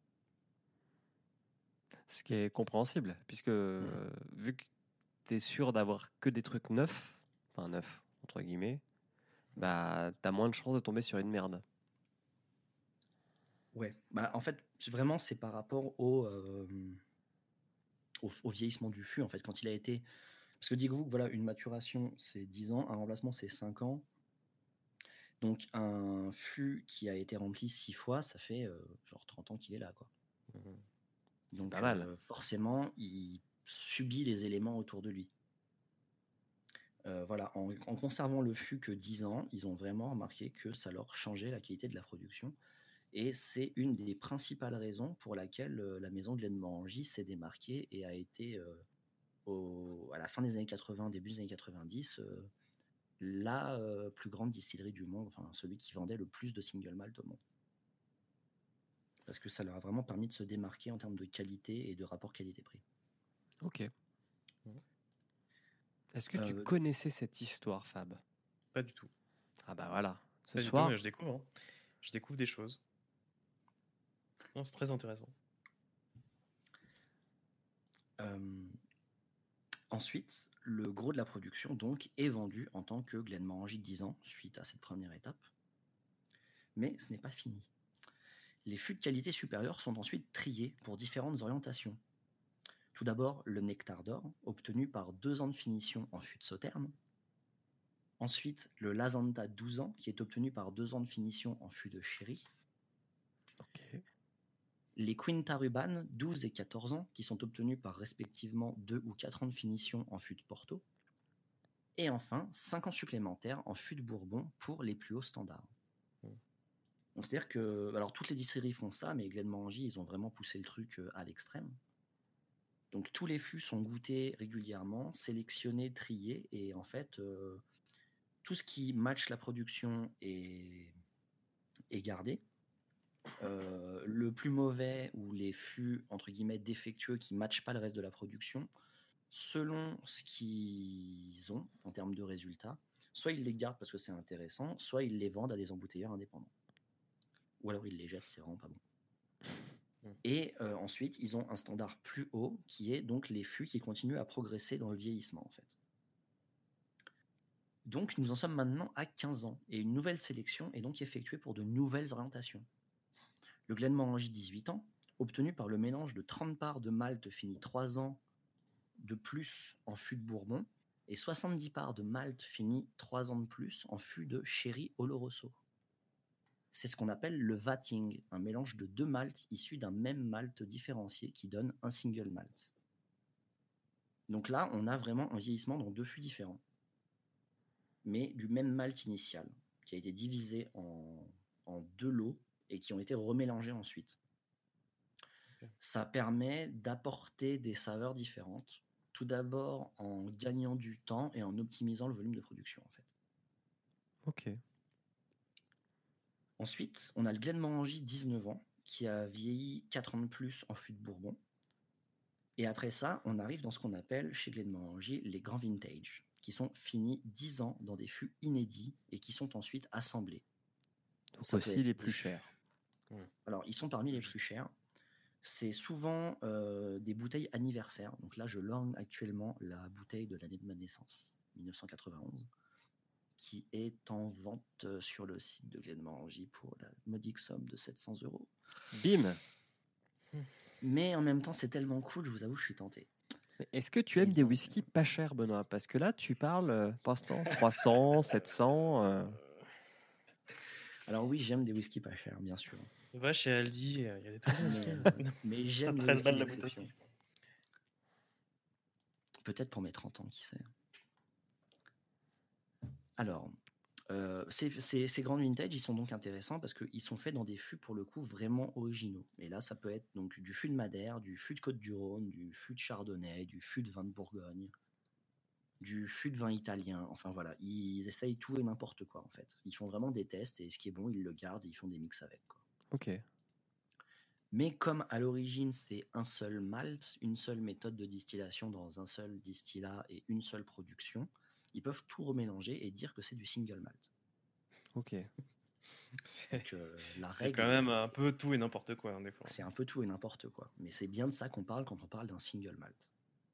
Ce qui est compréhensible, puisque vu que tu es sûr d'avoir que des trucs neufs, enfin neufs, entre guillemets, bah t'as moins de chances de tomber sur une merde. Ouais, bah en fait, vraiment, c'est par rapport au vieillissement du fût, en fait, quand il a été... Parce que dites-vous que voilà, une maturation, c'est 10 ans, un remplacement, c'est 5 ans. Donc, un fût qui a été rempli 6 fois, ça fait genre 30 ans qu'il est là, quoi. Donc, Pas mal. forcément, il subit les éléments autour de lui. Voilà, en conservant le fût que 10 ans, ils ont vraiment remarqué que ça leur changeait la qualité de la production. Et c'est une des principales raisons pour laquelle la maison Glenmorangie s'est démarquée et a été, à la fin des années 80, début des années 90, la plus grande distillerie du monde, enfin celui qui vendait le plus de single malt au monde. Parce que ça leur a vraiment permis de se démarquer en termes de qualité et de rapport qualité-prix. Ok. Est-ce que tu connaissais cette histoire, Fab? Pas du tout. Ah bah voilà. Ce Pas du soir, tout, mais je découvre. Hein. Je découvre des choses. Non, c'est très intéressant. Ensuite, le gros de la production donc est vendu en tant que Glenmorangie 10 ans suite à cette première étape. Mais ce n'est pas fini. Les fûts de qualité supérieure sont ensuite triés pour différentes orientations. Tout d'abord, le Nectar d'or, obtenu par 2 ans de finition en fût de Sauterne. Ensuite, le Lazanta 12 ans, qui est obtenu par 2 ans de finition en fût de Sherry. ok. Les Quinta Ruban 12 et 14 ans, qui sont obtenus par respectivement 2 ou 4 ans de finition en fût de Porto. Et enfin, 5 ans supplémentaires en fût de Bourbon pour les plus hauts standards. Donc c'est-à-dire que, alors toutes les distilleries font ça, mais Glenmorangie, ils ont vraiment poussé le truc à l'extrême. Donc tous les fûts sont goûtés régulièrement, sélectionnés, triés, et en fait, tout ce qui match la production est gardé. Le plus mauvais ou les fûts entre guillemets défectueux qui ne matchent pas le reste de la production, selon ce qu'ils ont en termes de résultats, soit ils les gardent parce que c'est intéressant, soit ils les vendent à des embouteilleurs indépendants. Ou alors ils les jettent, c'est vraiment pas bon. Et ensuite, ils ont un standard plus haut qui est donc les fûts qui continuent à progresser dans le vieillissement en fait. Donc nous en sommes maintenant à 15 ans et une nouvelle sélection est donc effectuée pour de nouvelles orientations. Le Glenmorangie 18 ans, obtenu par le mélange de 30 parts de malt fini 3 ans de plus en fût de Bourbon et 70 parts de malt fini 3 ans de plus en fût de Sherry Oloroso. C'est ce qu'on appelle le vatting, un mélange de 2 malts issus d'un même malt différencié qui donne un single malt. Donc là, on a vraiment un vieillissement dans 2 fûts différents, mais du même malt initial, qui a été divisé en 2 lots et qui ont été remélangés ensuite. Ça permet d'apporter des saveurs différentes, tout d'abord en gagnant du temps et en optimisant le volume de production en fait. Ok. Ensuite, on a le Glenmorangie 19 ans, qui a vieilli 4 ans de plus en fût de Bourbon. Et après ça, on arrive dans ce qu'on appelle chez Glenmorangie les grands vintage, qui sont finis 10 ans dans des fûts inédits et qui sont ensuite assemblés. Donc ça aussi les plus chers. Alors, ils sont parmi les plus chers. C'est souvent des bouteilles anniversaires. Donc là, je lorgne actuellement la bouteille de l'année de ma naissance, 1991. Qui est en vente sur le site de Glenmorangie pour la modique somme de 700 €. Bim. Mais en même temps, c'est tellement cool, je vous avoue, je suis tenté. Est-ce que tu aimes des whiskies pas chers, Benoît? Parce que là, tu parles, pour l'instant, 300, 700... Alors oui, j'aime des whiskies pas chers, bien sûr. Va chez Aldi, il y a des très bons whiskies. Mais j'aime les 13 balles la exception. Peut-être pour mes 30 ans, qui sait. Alors, ces grands vintage, ils sont donc intéressants parce qu'ils sont faits dans des fûts pour le coup vraiment originaux. Et là, ça peut être donc du fût de Madère, du fût de Côte-du-Rhône, du fût de Chardonnay, du fût de vin de Bourgogne, du fût de vin italien. Enfin voilà, ils essayent tout et n'importe quoi en fait. Ils font vraiment des tests et ce qui est bon, ils le gardent et ils font des mix avec, quoi. Ok. Mais comme à l'origine, c'est un seul malt, une seule méthode de distillation dans un seul distillat et une seule production, ils peuvent tout remélanger et dire que c'est du single malt. Ok. C'est Donc, la c'est règle, quand même un peu tout et n'importe quoi, hein, des fois. c'est un peu tout et n'importe quoi. Mais c'est bien de ça qu'on parle quand on parle d'un single malt.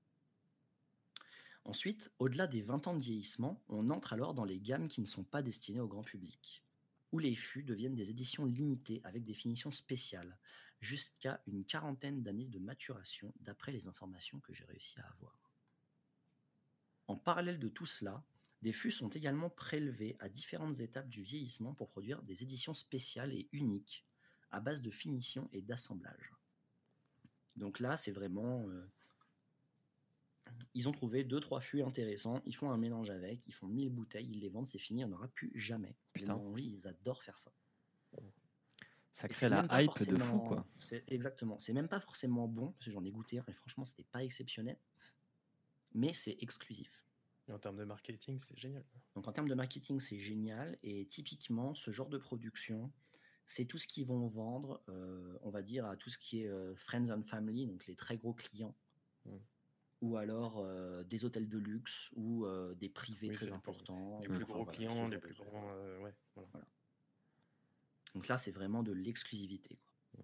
Ensuite, au-delà des 20 ans de vieillissement, on entre alors dans les gammes qui ne sont pas destinées au grand public, où les fûts deviennent des éditions limitées avec des finitions spéciales, jusqu'à une 40aine d'années de maturation, d'après les informations que j'ai réussi à avoir. En parallèle de tout cela, des fûts sont également prélevés à différentes étapes du vieillissement pour produire des éditions spéciales et uniques, à base de finition et d'assemblage. Donc là, c'est vraiment... ils ont trouvé 2-3 fûts intéressants, ils font un mélange avec, ils font 1000 bouteilles, ils les vendent, c'est fini, il n'y en aura plus jamais. Putain. Les Morangy, ils adorent faire ça. Ça Et crée c'est la même pas hype de fou, forcément- quoi. Exactement. C'est même pas forcément bon, parce que j'en ai goûté, et franchement, c'était pas exceptionnel. Mais c'est exclusif. Et en termes de marketing, c'est génial. Donc en termes de marketing, c'est génial. Et typiquement, ce genre de production, c'est tout ce qu'ils vont vendre, on va dire, à tout ce qui est Friends and Family, donc les très gros clients. Mm. Ou alors des hôtels de luxe ou des privés Oui, très c'est importants. Les plus Enfin, gros voilà, clients, ce les genre plus de trucs. grands. Ouais, voilà. Voilà. Donc là, c'est vraiment de l'exclusivité, quoi.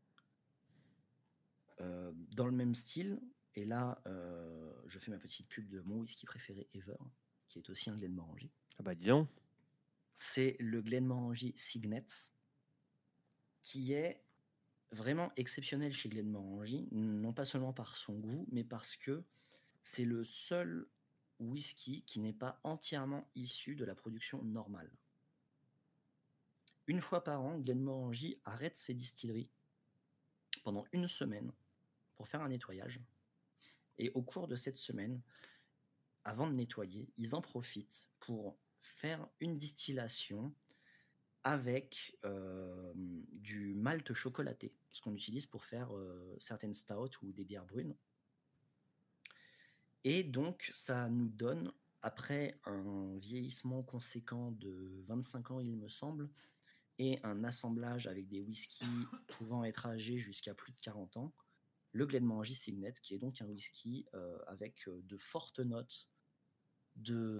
Dans le même style, et là, je fais ma petite pub de mon whisky préféré ever, qui est aussi un Glenmorangie. Ah bah dis donc. C'est le Glenmorangie Signet, qui est vraiment exceptionnel chez Glenmorangie, non pas seulement par son goût, mais parce que c'est le seul whisky qui n'est pas entièrement issu de la production normale. Une fois par an, Glenmorangie arrête ses distilleries pendant une semaine pour faire un nettoyage. Et au cours de cette semaine, avant de nettoyer, ils en profitent pour faire une distillation avec du malt chocolaté, ce qu'on utilise pour faire certaines stouts ou des bières brunes. Et donc, ça nous donne, après un vieillissement conséquent de 25 ans, il me semble, et un assemblage avec des whiskies pouvant être âgés jusqu'à plus de 40 ans, le Glenmorangie Signet, qui est donc un whisky avec de fortes notes de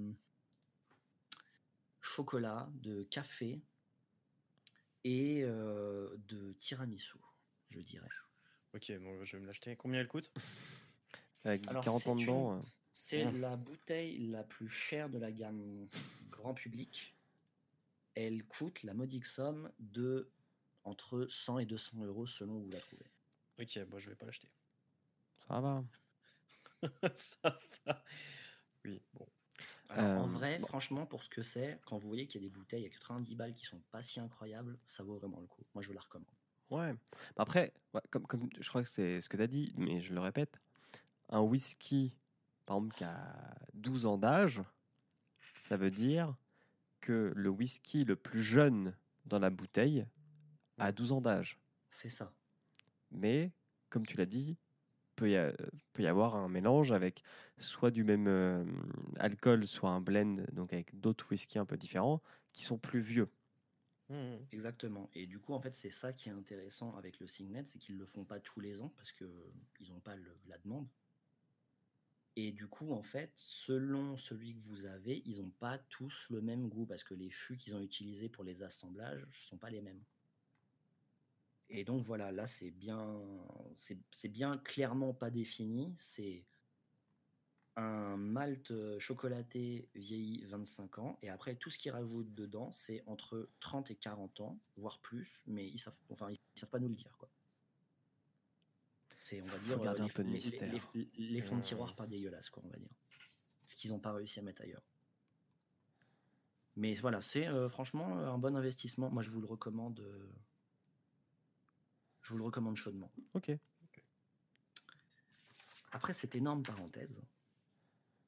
chocolat, de café et de tiramisu, je dirais. Ok, bon, je vais me l'acheter. Combien elle coûte? Avec Alors, 40 ans c'est dedans. C'est la bouteille la plus chère de la gamme grand public. Elle coûte la modique somme de entre 100 et 200 euros selon où vous la trouvez. Ok, bon, je vais pas l'acheter. Ça va. Ça va. Oui, bon. Alors, en vrai, bon. franchement, pour ce que c'est, quand vous voyez qu'il y a des bouteilles à 90 balles qui sont pas si incroyables, ça vaut vraiment le coup. Moi, je vous la recommande. Ouais. Après, ouais, comme je crois que c'est ce que tu as dit, mais je le répète, un whisky, par exemple, qui a 12 ans d'âge, ça veut dire que le whisky le plus jeune dans la bouteille a 12 ans d'âge. C'est ça. Mais, comme tu l'as dit, peut y avoir un mélange avec soit du même alcool, soit un blend, donc avec d'autres whiskies un peu différents, qui sont plus vieux. Exactement. Et du coup, en fait, c'est ça qui est intéressant avec le Signet, c'est qu'ils le font pas tous les ans parce qu'ils n'ont pas la demande. Et du coup, en fait, selon celui que vous avez, ils n'ont pas tous le même goût parce que les fûts qu'ils ont utilisés pour les assemblages ne sont pas les mêmes. Et donc voilà, là c'est bien clairement pas défini. C'est un malt chocolaté vieilli 25 ans. Et après, tout ce qu'ils rajoutent dedans, c'est entre 30 et 40 ans, voire plus, mais ils savent pas nous le dire, quoi. C'est, on va Faut dire, garder un peu de mystère. les fonds de tiroir pas dégueulasses, quoi, on va dire. Ce qu'ils n'ont pas réussi à mettre ailleurs. Mais voilà, c'est franchement un bon investissement. Moi, je vous le recommande. Je vous le recommande chaudement. Ok. Après cette énorme parenthèse,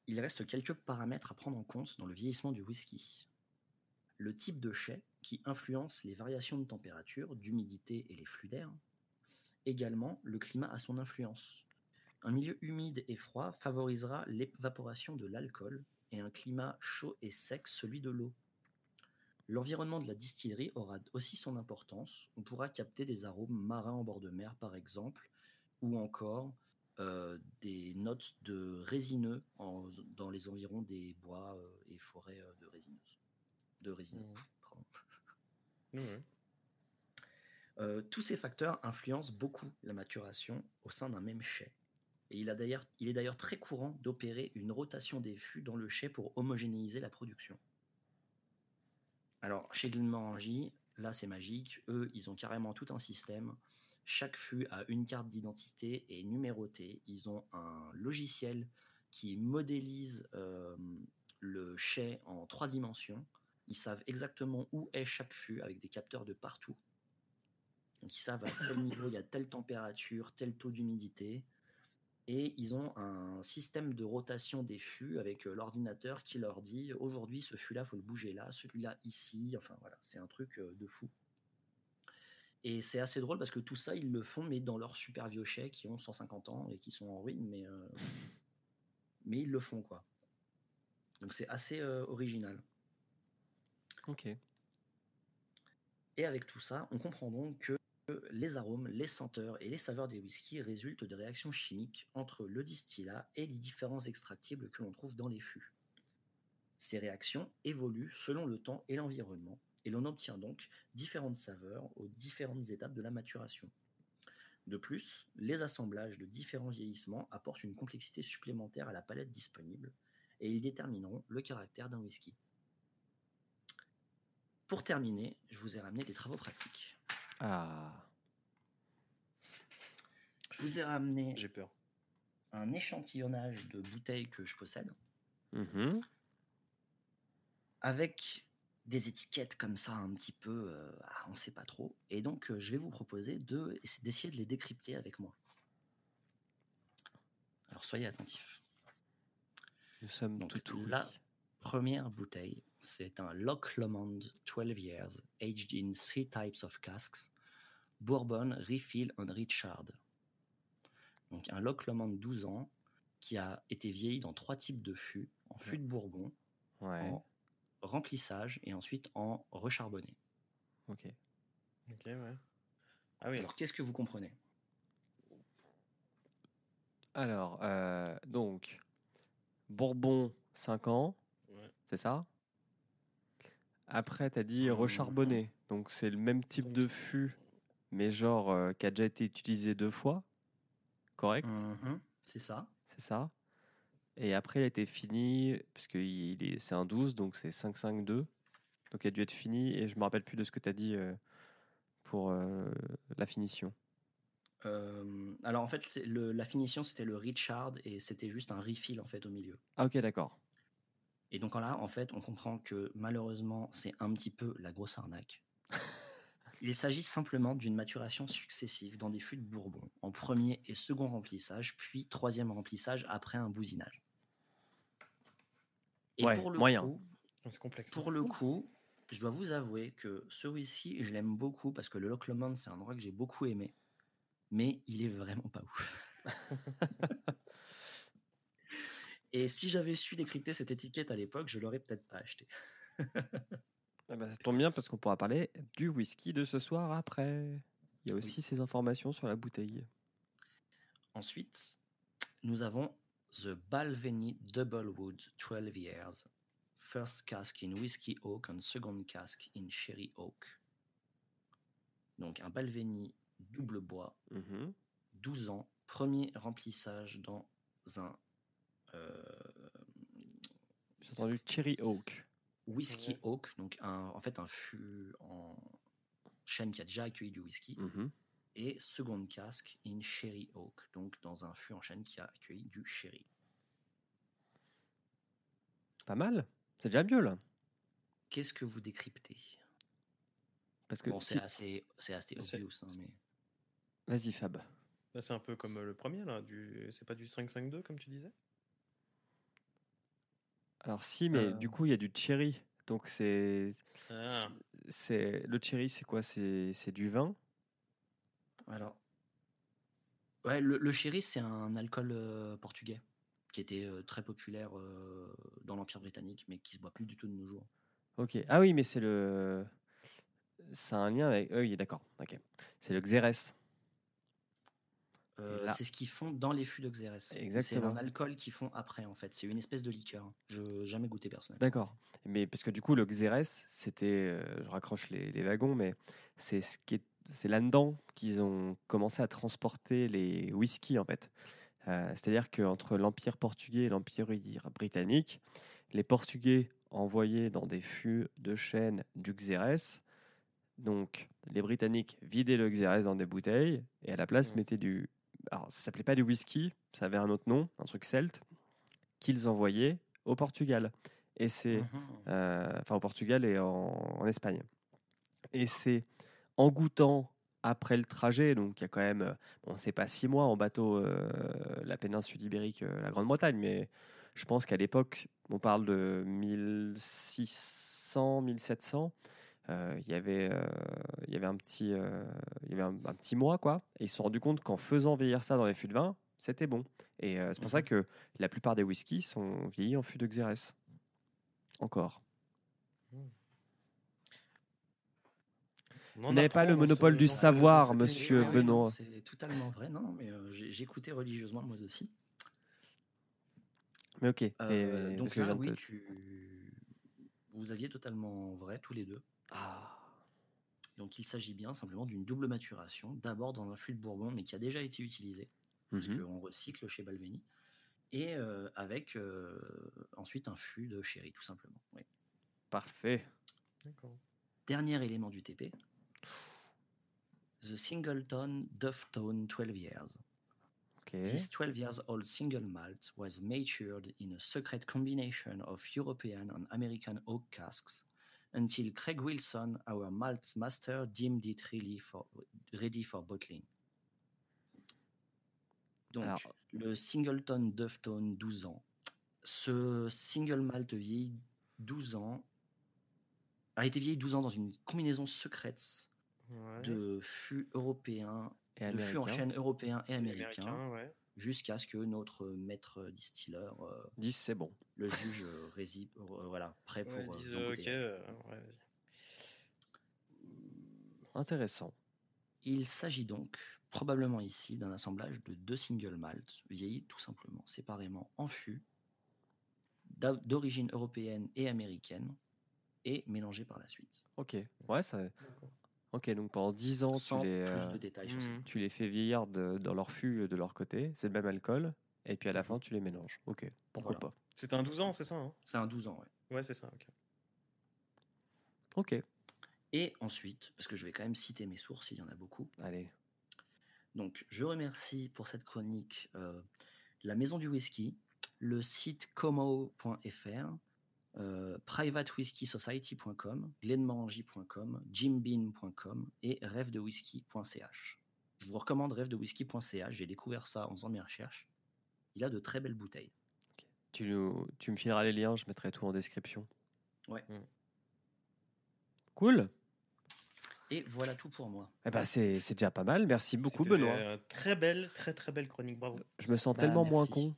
il reste quelques paramètres à prendre en compte dans le vieillissement du whisky. Le type de chai qui influence les variations de température, d'humidité et les flux d'air. Également, le climat a son influence. Un milieu humide et froid favorisera l'évaporation de l'alcool et un climat chaud et sec celui de l'eau. L'environnement de la distillerie aura aussi son importance. On pourra capter des arômes marins en bord de mer, par exemple, ou encore des notes de résineux dans les environs des bois et forêts de résineux. Pardon. Tous ces facteurs influencent beaucoup la maturation au sein d'un même chai. Et il est d'ailleurs très courant d'opérer une rotation des fûts dans le chai pour homogénéiser la production. Alors, chez Glenmorangie, là c'est magique, eux ils ont carrément tout un système. Chaque fût a une carte d'identité et est numéroté. Ils ont un logiciel qui modélise le chai en 3 dimensions. Ils savent exactement où est chaque fût avec des capteurs de partout. Donc ils savent à tel niveau, il y a telle température, tel taux d'humidité. Et ils ont un système de rotation des fûts avec l'ordinateur qui leur dit aujourd'hui ce fût-là, il faut le bouger là, celui-là ici. Enfin voilà, c'est un truc de fou. Et c'est assez drôle parce que tout ça, ils le font, mais dans leurs super vieux chais qui ont 150 ans et qui sont en ruine, mais ils le font, quoi. Donc c'est assez original. Ok. Et avec tout ça, on comprend donc que les arômes, les senteurs et les saveurs des whiskies résultent de réactions chimiques entre le distillat et les différents extractibles que l'on trouve dans les fûts. Ces réactions évoluent selon le temps et l'environnement, et l'on obtient donc différentes saveurs aux différentes étapes de la maturation. De plus, les assemblages de différents vieillissements apportent une complexité supplémentaire à la palette disponible, et ils détermineront le caractère d'un whisky. Pour terminer, je vous ai ramené des travaux pratiques. Ah. Je vous ai ramené J'ai peur. un échantillonnage de bouteilles que je possède, avec des étiquettes comme ça un petit peu, on ne sait pas trop. Et donc, je vais vous proposer d'essayer de les décrypter avec moi. Alors, soyez attentifs. Nous sommes Donc, tout oui. la première bouteille, c'est un Loch Lomond 12 years, aged in 3 types of casks, Bourbon Refill on Richard. Donc, un Loch Lomond 12 ans qui a été vieilli dans 3 types de fûts, en fût de Bourbon, en remplissage et ensuite en recharbonné. Ok. Ok, ouais. Ah oui. Alors, qu'est-ce que vous comprenez ? Alors, donc, Bourbon, 5 ans, c'est ça ? Après, tu as dit recharbonné. Donc, c'est le même type de fût, mais genre qui a déjà été utilisé 2 fois. Correct ? C'est ça. C'est ça. Et après, il a été fini, parce que c'est un 12, donc c'est 5-5-2. Donc, il a dû être fini, et je ne me rappelle plus de ce que tu as dit pour la finition. Alors, en fait, la finition, c'était le Richard, et c'était juste un refill, en fait, au milieu. Ah, ok, d'accord. Et donc là, en fait, on comprend que, malheureusement, c'est un petit peu la grosse arnaque. Il s'agit simplement d'une maturation successive dans des fûts de Bourbon, en premier et second remplissage, puis troisième remplissage après un bousinage. Et ouais, pour le moyen. coup, c'est complexe. Pour le coup, je dois vous avouer que ce whisky, je l'aime beaucoup parce que le Loch Lomond, c'est un endroit que j'ai beaucoup aimé, mais il est vraiment pas ouf. Et si j'avais su décrypter cette étiquette à l'époque, je l'aurais peut-être pas acheté. Ah bah, ça tombe bien parce qu'on pourra parler du whisky de ce soir après. Il y a aussi ces informations sur la bouteille. Ensuite, nous avons The Balvenie Double Wood 12 years. First cask in whiskey oak and second cask in sherry oak. Donc un Balvenie double bois, 12 ans, premier remplissage dans un... J'ai entendu cherry oak. Whisky oak, donc en fait un fût en chêne qui a déjà accueilli du whisky. Et second cask in sherry oak, donc dans un fût en chêne qui a accueilli du sherry. Pas mal. C'est déjà mieux, là. Qu'est-ce que vous décryptez ? Parce que bon, c'est assez obvious. Mais... Vas-y, Fab. Là, c'est un peu comme le premier, là. C'est pas du 5-5-2, comme tu disais ? Alors si, mais du coup, il y a du cherry. Donc c'est Ah. le cherry, c'est quoi? C'est du vin? Alors, ouais, le sherry, c'est un alcool portugais qui était très populaire dans l'Empire britannique, mais qui se boit plus du tout de nos jours. Ok. Ah oui, mais c'est un lien avec. Oui, d'accord. Ok. C'est le Xérès. là- C'est ce qu'ils font dans les fûts de Xérès. Mais c'est Exactement. un alcool qu'ils font après, en fait. C'est une espèce de liqueur. Je n'ai jamais goûté personnellement. D'accord. Mais parce que du coup, le Xérès, c'était. Je raccroche les wagons, mais c'est c'est là-dedans qu'ils ont commencé à transporter les whiskies, en fait. C'est-à-dire qu'entre l'Empire portugais et l'Empire britannique, les Portugais envoyaient dans des fûts de chêne du Xérès. Donc, les Britanniques vidaient le Xérès dans des bouteilles et à la place mettaient du. Alors, ça s'appelait pas du whisky, ça avait un autre nom, un truc celte, qu'ils envoyaient au Portugal. Et c'est. Enfin, au Portugal et en Espagne. Et c'est en goûtant après le trajet, donc il y a quand même, bon, c'est pas 6 mois en bateau, la péninsule ibérique, la Grande-Bretagne, mais je pense qu'à l'époque, on parle de 1600, 1700. Il y avait un petit mois, quoi. Et ils se sont rendus compte qu'en faisant vieillir ça dans les fûts de vin, c'était bon. Et c'est pour ça que la plupart des whiskies sont vieillis en fût de Xérès. Encore. Vous n'avez pas le monopole du savoir, monsieur Benoît. C'est totalement vrai. Non, mais j'écoutais religieusement moi aussi. Mais ok. Donc parce que là, oui, vous aviez totalement vrai tous les deux. Donc il s'agit bien simplement d'une double maturation, d'abord dans un fût de Bourbon, mais qui a déjà été utilisé, parce qu'on recycle chez Balvenie, et avec ensuite un fût de sherry, tout simplement. Oui. Parfait. D'accord. Dernier élément du TP. The Singleton Dufftown 12 years. Okay. This 12 years old single malt was matured in a secret combination of European and American oak casks until Craig Wilson, our malt master, deemed it ready for bottling. Donc, alors, le Singleton Dufftown 12 ans. Ce single malt vieilli 12 ans a été vieilli 12 ans dans une combinaison secrète de fûts européens, de fûts en chêne européens et américains, jusqu'à ce que notre maître distilleur dise c'est bon. Le juge voilà, prêt pour dise ok. Intéressant. Il s'agit donc probablement ici d'un assemblage de 2 single malt vieillis tout simplement séparément en fûts d'origine européenne et américaine et mélangés par la suite. Ok, ouais, ça. Ok, donc pendant 10 ans, sans plus de détails sur ça. Tu les fais vieillir dans leur fût de leur côté, c'est le même alcool, et puis à la fin, tu les mélanges. Ok, pourquoi pas. C'est un 12 ans, c'est ça, hein? C'est un 12 ans, ouais. Ouais, c'est ça, ok. Ok. Et ensuite, parce que je vais quand même citer mes sources, il y en a beaucoup. Allez. Donc, je remercie pour cette chronique la Maison du Whisky, le site como.fr, privatewhisky-society.com, glenmorangy.com, jimbean.com et rêvedewhisky.ch. Je vous recommande rêvedewhisky.ch, j'ai découvert ça en faisant mes recherches. Il a de très belles bouteilles. Okay. Tu me fileras les liens, je mettrai tout en description. Ouais. Cool. Et voilà tout pour moi. Eh ben c'est déjà pas mal, merci beaucoup Benoît. Très belle chronique, bravo. Je me sens tellement moins con.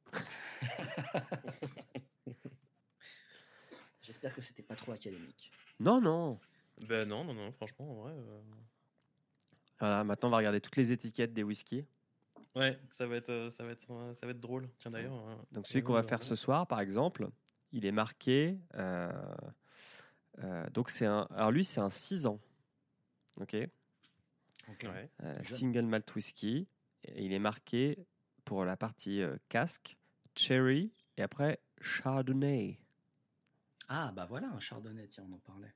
J'espère que c'était pas trop académique. Non, non. Ben non, franchement, en vrai. Voilà, maintenant on va regarder toutes les étiquettes des whiskies. Ouais, ça va être drôle. Tiens d'ailleurs. Donc celui qu'on va faire ce soir, par exemple, il est marqué. Donc alors lui, c'est un 6 ans. Ok. Okay. Single malt whisky. Et il est marqué pour la partie casque, cherry et après chardonnay. Ah bah voilà un chardonnay, tiens, on en parlait.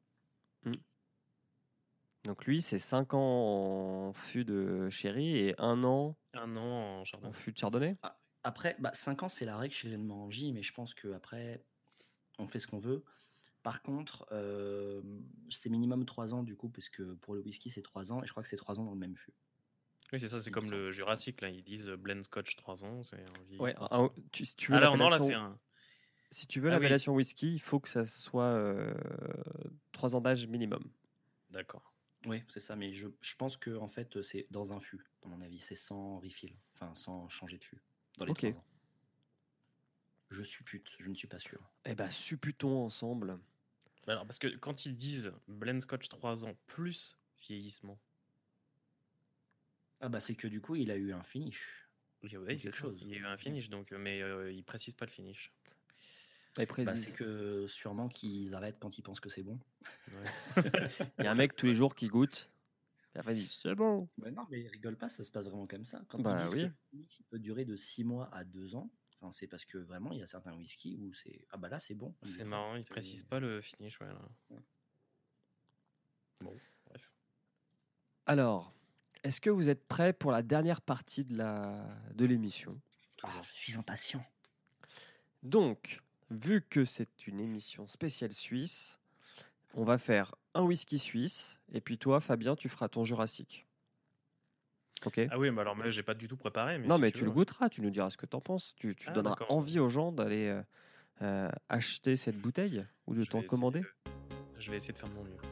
Donc lui, c'est 5 ans en fût de sherry et 1 an en chardonnay. En fût de chardonnay. Après, 5 ans, c'est la règle chez Glenmorangie, mais je pense qu'après, on fait ce qu'on veut. Par contre, c'est minimum 3 ans du coup, puisque pour le whisky, c'est 3 ans, et je crois que c'est 3 ans dans le même fût. Oui, c'est ça, c'est comme le Jurassique, là, ils disent blend scotch 3 ans, c'est un vieil. Ouais, si tu veux alors non, là, c'est un... Si tu veux Ah oui. l'appellation whisky, il faut que ça soit 3 ans d'âge minimum. D'accord. Oui, c'est ça, mais je pense que en fait, c'est dans un fût, à mon avis. C'est sans refill, enfin sans changer de fût, dans les Ok. 3 ans. Je suppute, je ne suis pas sûr. Eh ben, supputons ensemble. Alors, parce que quand ils disent blend scotch 3 ans plus vieillissement, Ah bah c'est que du coup, il a eu un finish. oui, Ou c'est quelque ça. chose. Il y a eu un finish, donc, mais ils précisent pas le finish. Et Bah, précise. c'est que sûrement qu'ils arrêtent quand ils pensent que c'est bon. Ouais. Il y a un mec tous les jours qui goûte. Et après, il dit c'est bon. Bah non, mais rigole pas, ça se passe vraiment comme ça. Quand Bah ils disent oui. que le finish il peut durer de 6 mois à 2 ans, enfin, c'est parce que vraiment, il y a certains whisky où c'est ah bah là, c'est bon. il est C'est prêt. marrant, ils C'est- précisent pas le finish. Ouais, là. Ouais. Bon, bref. Alors, est-ce que vous êtes prêts pour la dernière partie de l'émission? Ah, je suis impatient. Donc, vu que c'est une émission spéciale suisse, on va faire un whisky suisse. Et puis toi, Fabien, tu feras ton Jurassique. Ok? Ah oui, mais alors moi j'ai pas du tout préparé. Mais Non, si mais tu tu veux. le goûteras, tu nous diras ce que t'en penses. Tu Ah, donneras d'accord. envie aux gens d'aller acheter cette bouteille ou de Je t'en vais essayer commander. Je vais essayer de faire de mon mieux.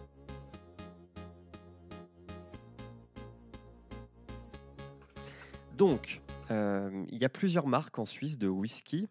Donc, il y a plusieurs marques en Suisse de whisky.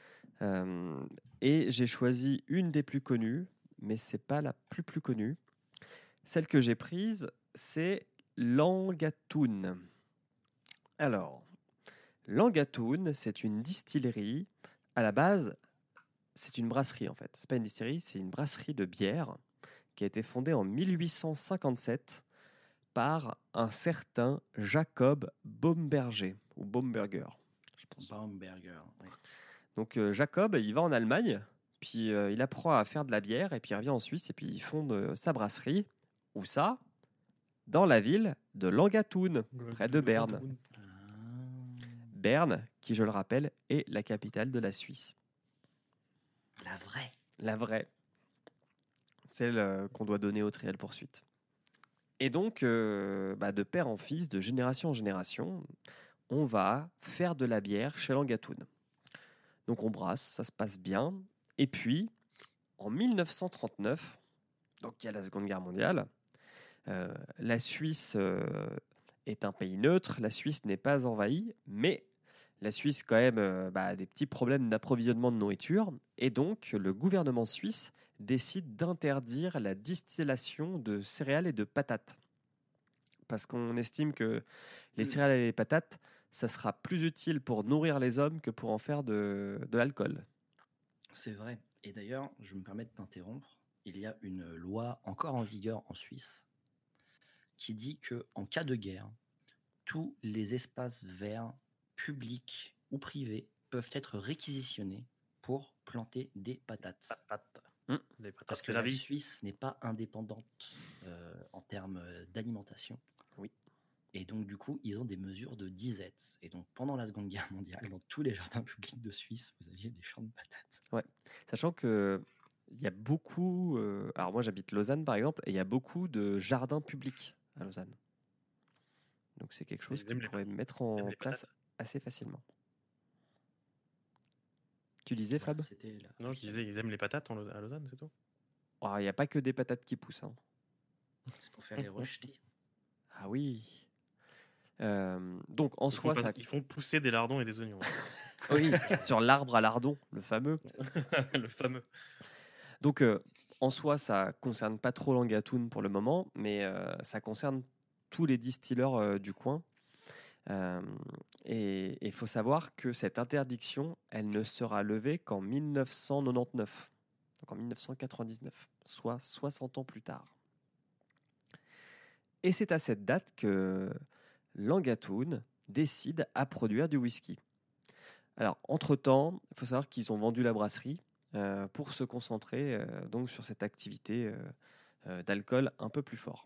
Et j'ai choisi une des plus connues, mais c'est pas la plus connue. Celle que j'ai prise, c'est Langatun. Alors, Langatun, c'est une distillerie. À la base, c'est une brasserie en fait. C'est pas une distillerie, c'est une brasserie de bière qui a été fondée en 1857 par un certain Jacob Baumberger ou Baumberger, je pense. Baumberger. Ouais. Donc Jacob, il va en Allemagne, puis il apprend à faire de la bière, et puis il revient en Suisse, et puis il fonde sa brasserie. Où ça? Dans la ville de Langatun, près de Berne. Ah. Berne, qui je le rappelle, est la capitale de la Suisse. La vraie. La vraie. Celle qu'on doit donner au Trial Poursuite. Et donc, de père en fils, de génération en génération, on va faire de la bière chez Langatun. Donc on brasse, ça se passe bien. Et puis, en 1939, donc il y a la Seconde Guerre mondiale, la Suisse est un pays neutre, la Suisse n'est pas envahie, mais la Suisse quand même a des petits problèmes d'approvisionnement de nourriture, et donc le gouvernement suisse décide d'interdire la distillation de céréales et de patates. Parce qu'on estime que les céréales et les patates, ça sera plus utile pour nourrir les hommes que pour en faire de l'alcool. C'est vrai. Et d'ailleurs, je me permets de t'interrompre. Il y a une loi encore en vigueur en Suisse qui dit que en cas de guerre, tous les espaces verts, publics ou privés, peuvent être réquisitionnés pour planter des patates. Les patates, Parce que c'est la la vie. Suisse n'est pas indépendante en termes d'alimentation. Oui. Et donc, du coup, ils ont des mesures de disette. Et donc, pendant la Seconde Guerre mondiale, dans tous les jardins publics de Suisse, vous aviez des champs de patates. Ouais. Sachant que il y a beaucoup. Alors moi, j'habite Lausanne, par exemple, et il y a beaucoup de jardins publics à Lausanne. Donc c'est quelque chose Ils qu'ils aiment les pourraient mettre Ils en aiment les place patates. assez facilement. Tu disais, Voilà, Fab? c'était la- Non, je disais, ils aiment les patates à Lausanne, c'est tout. Oh, il n'y a pas que des patates qui poussent. Hein. C'est pour faire les rejetés. Ah oui. Donc en Ils soi, font, ça. ils font pousser des lardons et des oignons. Oui, sur l'arbre à lardon, le fameux. Le fameux. Donc, en soi, ça concerne pas trop Langatun pour le moment, mais ça concerne tous les distilleurs du coin. Et il faut savoir que cette interdiction, elle ne sera levée qu'en 1999, donc en 1999, soit 60 ans plus tard. Et c'est à cette date que Langatun décide à produire du whisky. Alors, entre-temps, il faut savoir qu'ils ont vendu la brasserie pour se concentrer donc sur cette activité d'alcool un peu plus fort.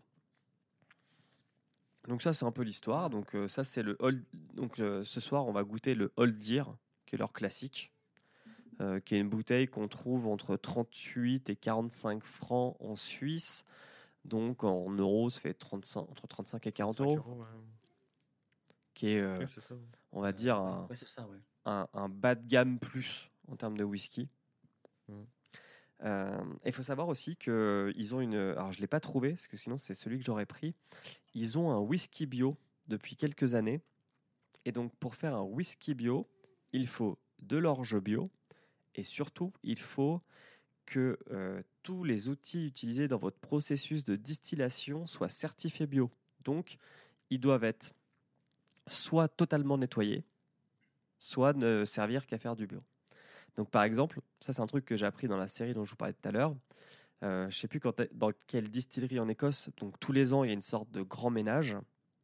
Donc ça, c'est un peu l'histoire. Donc ça, c'est le Old. Donc ce soir, on va goûter le Old Deer, qui est leur classique, qui est une bouteille qu'on trouve entre 38 et 45 francs en Suisse. Donc en euros, ça fait 35, entre 35 et 40 euros, Ouais. qui est, Oui, c'est ça. on va dire, Ouais, c'est ça, ouais. un bas de gamme plus en termes de whisky. Il faut savoir aussi qu'ils ont une. Alors, je ne l'ai pas trouvé, parce que sinon, c'est celui que j'aurais pris. Ils ont un whisky bio depuis quelques années. Et donc, pour faire un whisky bio, il faut de l'orge bio. Et surtout, il faut que tous les outils utilisés dans votre processus de distillation soient certifiés bio. Donc, ils doivent être soit totalement nettoyés, soit ne servir qu'à faire du bio. Donc, par exemple, ça, c'est un truc que j'ai appris dans la série dont je vous parlais tout à l'heure. Je ne sais plus dans quelle distillerie en Écosse. Donc, tous les ans, il y a une sorte de grand ménage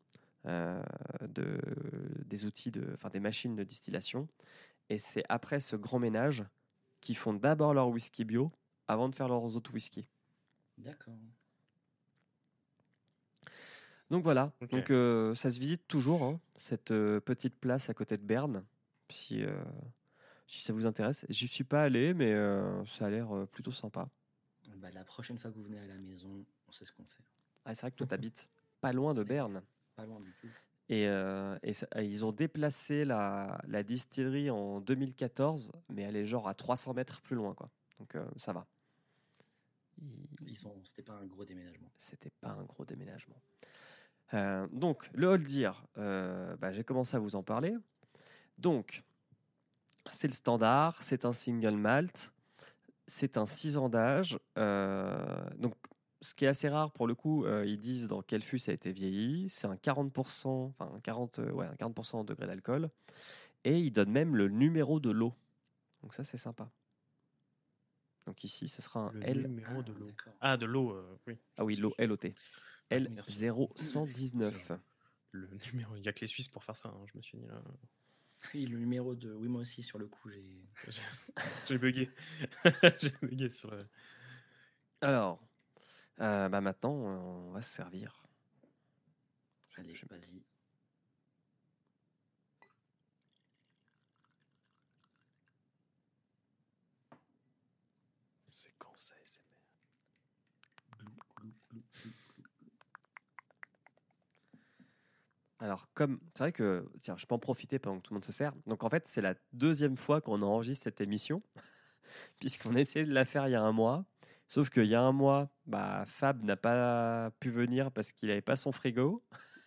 des outils, des machines de distillation. Et c'est après ce grand ménage qu'ils font d'abord leur whisky bio avant de faire leurs autres whisky. D'accord. Donc voilà, Ok. donc, ça se visite toujours, hein, cette petite place à côté de Berne, si ça vous intéresse. J'y suis pas allé, mais ça a l'air plutôt sympa. Bah, la prochaine fois que vous venez à la maison, on sait ce qu'on fait. Ah, c'est vrai que toi, t'habites pas loin de Berne. Pas loin du tout. Et ils ont déplacé la distillerie en 2014, mais elle est genre à 300 mètres plus loin, quoi. Donc ça va. C'était pas un gros déménagement. C'était pas un gros déménagement. Donc, le Old Year, j'ai commencé à vous en parler. Donc, c'est le standard, c'est un single malt, c'est un 6 ans d'âge. Donc, ce qui est assez rare pour le coup, ils disent dans quel fût ça a été vieilli. C'est un 40%, un 40% en degré d'alcool. Et ils donnent même le numéro de l'eau. Donc, ça, c'est sympa. Donc, ici, ce sera un Le L. numéro de l'eau. D'accord. Ah, de l'eau, oui. Ah oui, l'eau, LOT. Merci. L0119. Le numéro, il n'y a que les Suisses pour faire ça, hein, je me suis dit là. Oui, le numéro de. Oui, moi aussi, sur le coup, J'ai bugué. J'ai bugué sur le. Alors, maintenant, on va se servir. Allez, vas-y. C'est quand ça, SMR. Alors, c'est vrai que, tiens, je peux en profiter pendant que tout le monde se sert. Donc, en fait, c'est la deuxième fois qu'on enregistre cette émission, puisqu'on a essayé de la faire il y a un mois. Sauf qu'il y a un mois, Fab n'a pas pu venir parce qu'il n'avait pas son frigo.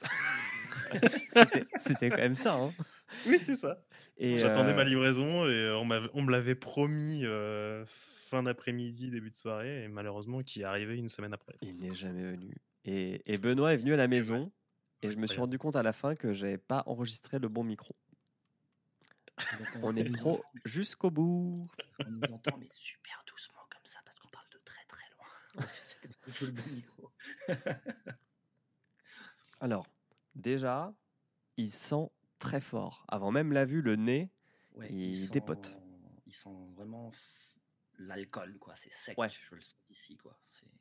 C'était quand même ça, hein. Oui, c'est ça. Et j'attendais ma livraison et on me l'avait promis fin d'après-midi, début de soirée, et malheureusement, qui est arrivé une semaine après. Il n'est jamais venu. Et Benoît est venu à la maison. Et je me suis rendu compte à la fin que j'avais pas enregistré le bon micro. On est pro jusqu'au bout. On nous entend, mais super doucement comme ça, parce qu'on parle de très très loin. Parce que c'était pas du tout le bon micro. Alors, déjà, il sent très fort. Avant même la vue, le nez, Ouais, il dépote. Il sent vraiment l'alcool, quoi. C'est sec. Ouais. Je le sens ici, quoi.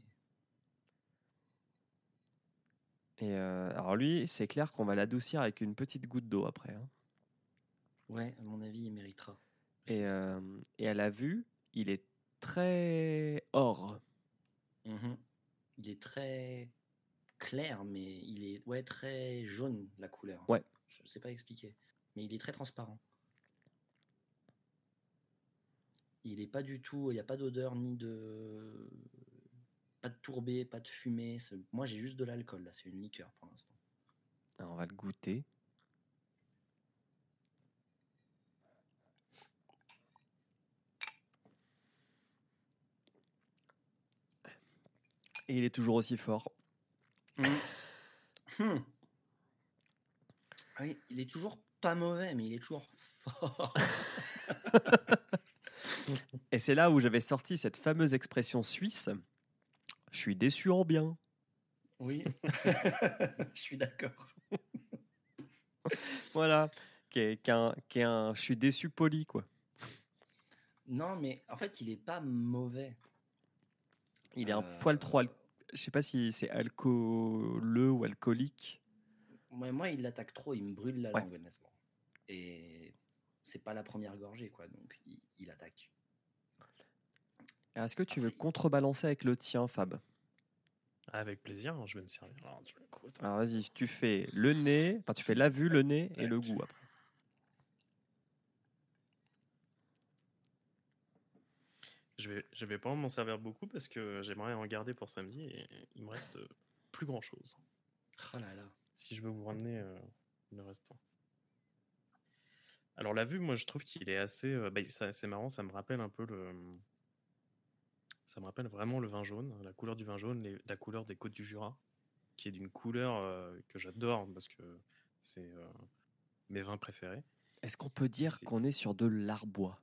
Et alors lui, c'est clair qu'on va l'adoucir avec une petite goutte d'eau après, hein. Ouais, à mon avis, il méritera. Et à la vue, il est très or. Mm-hmm. Il est très clair, mais il est très jaune, la couleur. Ouais. Je ne sais pas expliquer. Mais il est très transparent. Il n'est pas du tout... Il n'y a pas d'odeur, ni de... Pas de tourbée, pas de fumée. Moi, j'ai juste de l'alcool, là. C'est une liqueur, pour l'instant. Alors, on va le goûter. Et il est toujours aussi fort. Oui, il est toujours pas mauvais, mais il est toujours fort. Et c'est là où j'avais sorti cette fameuse expression suisse. Je suis déçu en bien. Oui, je suis d'accord. Voilà, je suis déçu poli, quoi. Non, mais en fait, il est pas mauvais. Il est un poil trop... Je sais pas si c'est alcooleux ou alcoolique. Moi, il l'attaque trop, il me brûle la langue, honnêtement. Et c'est pas la première gorgée, quoi, donc il attaque. Alors, est-ce que tu veux contrebalancer avec le tien, Fab ? Avec plaisir, je vais me servir. Alors vas-y, tu fais le nez, enfin tu fais la vue, le nez et le goût après. je vais pas m'en servir beaucoup parce que j'aimerais en garder pour samedi et il me reste plus grand chose. Oh là là. Si je veux vous ramener le restant. Alors la vue, moi je trouve qu'il est assez. C'est marrant, ça me rappelle un peu ça me rappelle vraiment le vin jaune, la couleur du vin jaune, la couleur des Côtes du Jura, qui est d'une couleur que j'adore parce que c'est mes vins préférés. Est-ce qu'on peut dire C'est- qu'on est sur de l'Arbois?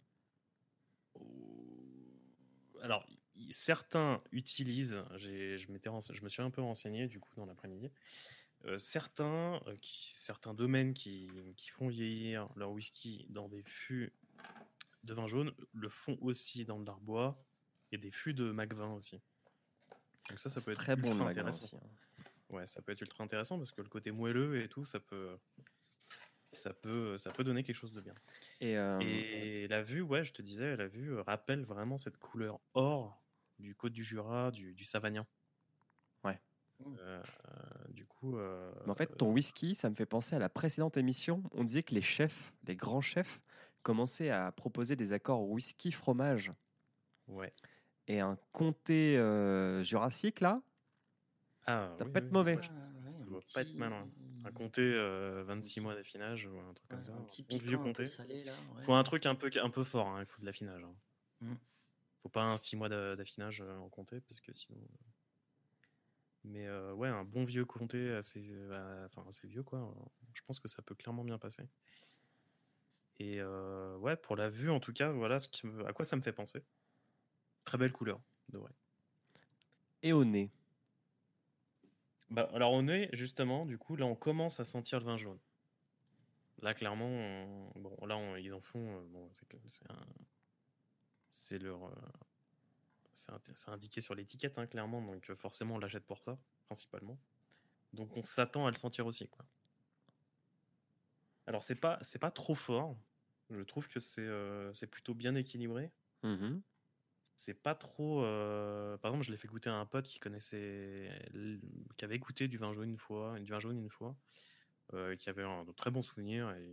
Alors, certains utilisent, je me suis un peu renseigné du coup dans l'après-midi. Certains domaines qui font vieillir leur whisky dans des fûts de vin jaune le font aussi dans de l'Arbois et des fûts de Macvin aussi. Donc ça peut C'est être très bon le ultra Macvin intéressant. aussi, hein. Ouais, ça peut être ultra intéressant parce que le côté moelleux et tout, ça peut donner quelque chose de bien. Et la vue, ouais, je te disais, la vue rappelle vraiment cette couleur or du Côte du Jura, du Savagnin. Ouais. Du coup. Mais en fait, ton whisky, ça me fait penser à la précédente émission. On disait que les chefs, les grands chefs, commençaient à proposer des accords whisky-fromage. Ouais. Et un comté jurassique, là, Ah, ça oui, peut être oui, mauvais. ouais, ça doit pas être mal. Hein. Un comté 26 mois d'affinage ou un truc comme ça. Un petit Bon vieux piquant un peu comté. salé là. Ouais. Faut un truc un peu fort, hein. Il faut de l'affinage. Hein. Mm. Faut pas un 6 mois d'affinage en comté parce que sinon. Mais ouais, un bon vieux comté assez vieux quoi. Je pense que ça peut clairement bien passer. Et ouais, pour la vue en tout cas, voilà à quoi ça me fait penser. Très belle couleur, de vrai. Et au nez. Bah, alors au nez, justement, du coup, là on commence à sentir le vin jaune. Là clairement, ils en font. C'est leur. C'est indiqué sur l'étiquette, hein, clairement, donc forcément on l'achète pour ça, principalement. Donc on s'attend à le sentir aussi, quoi. Alors c'est pas trop fort. Je trouve que c'est plutôt bien équilibré. Mhm. C'est pas trop. Par exemple, je l'ai fait goûter à un pote qui avait goûté du vin jaune une fois, qui avait de très bons souvenirs et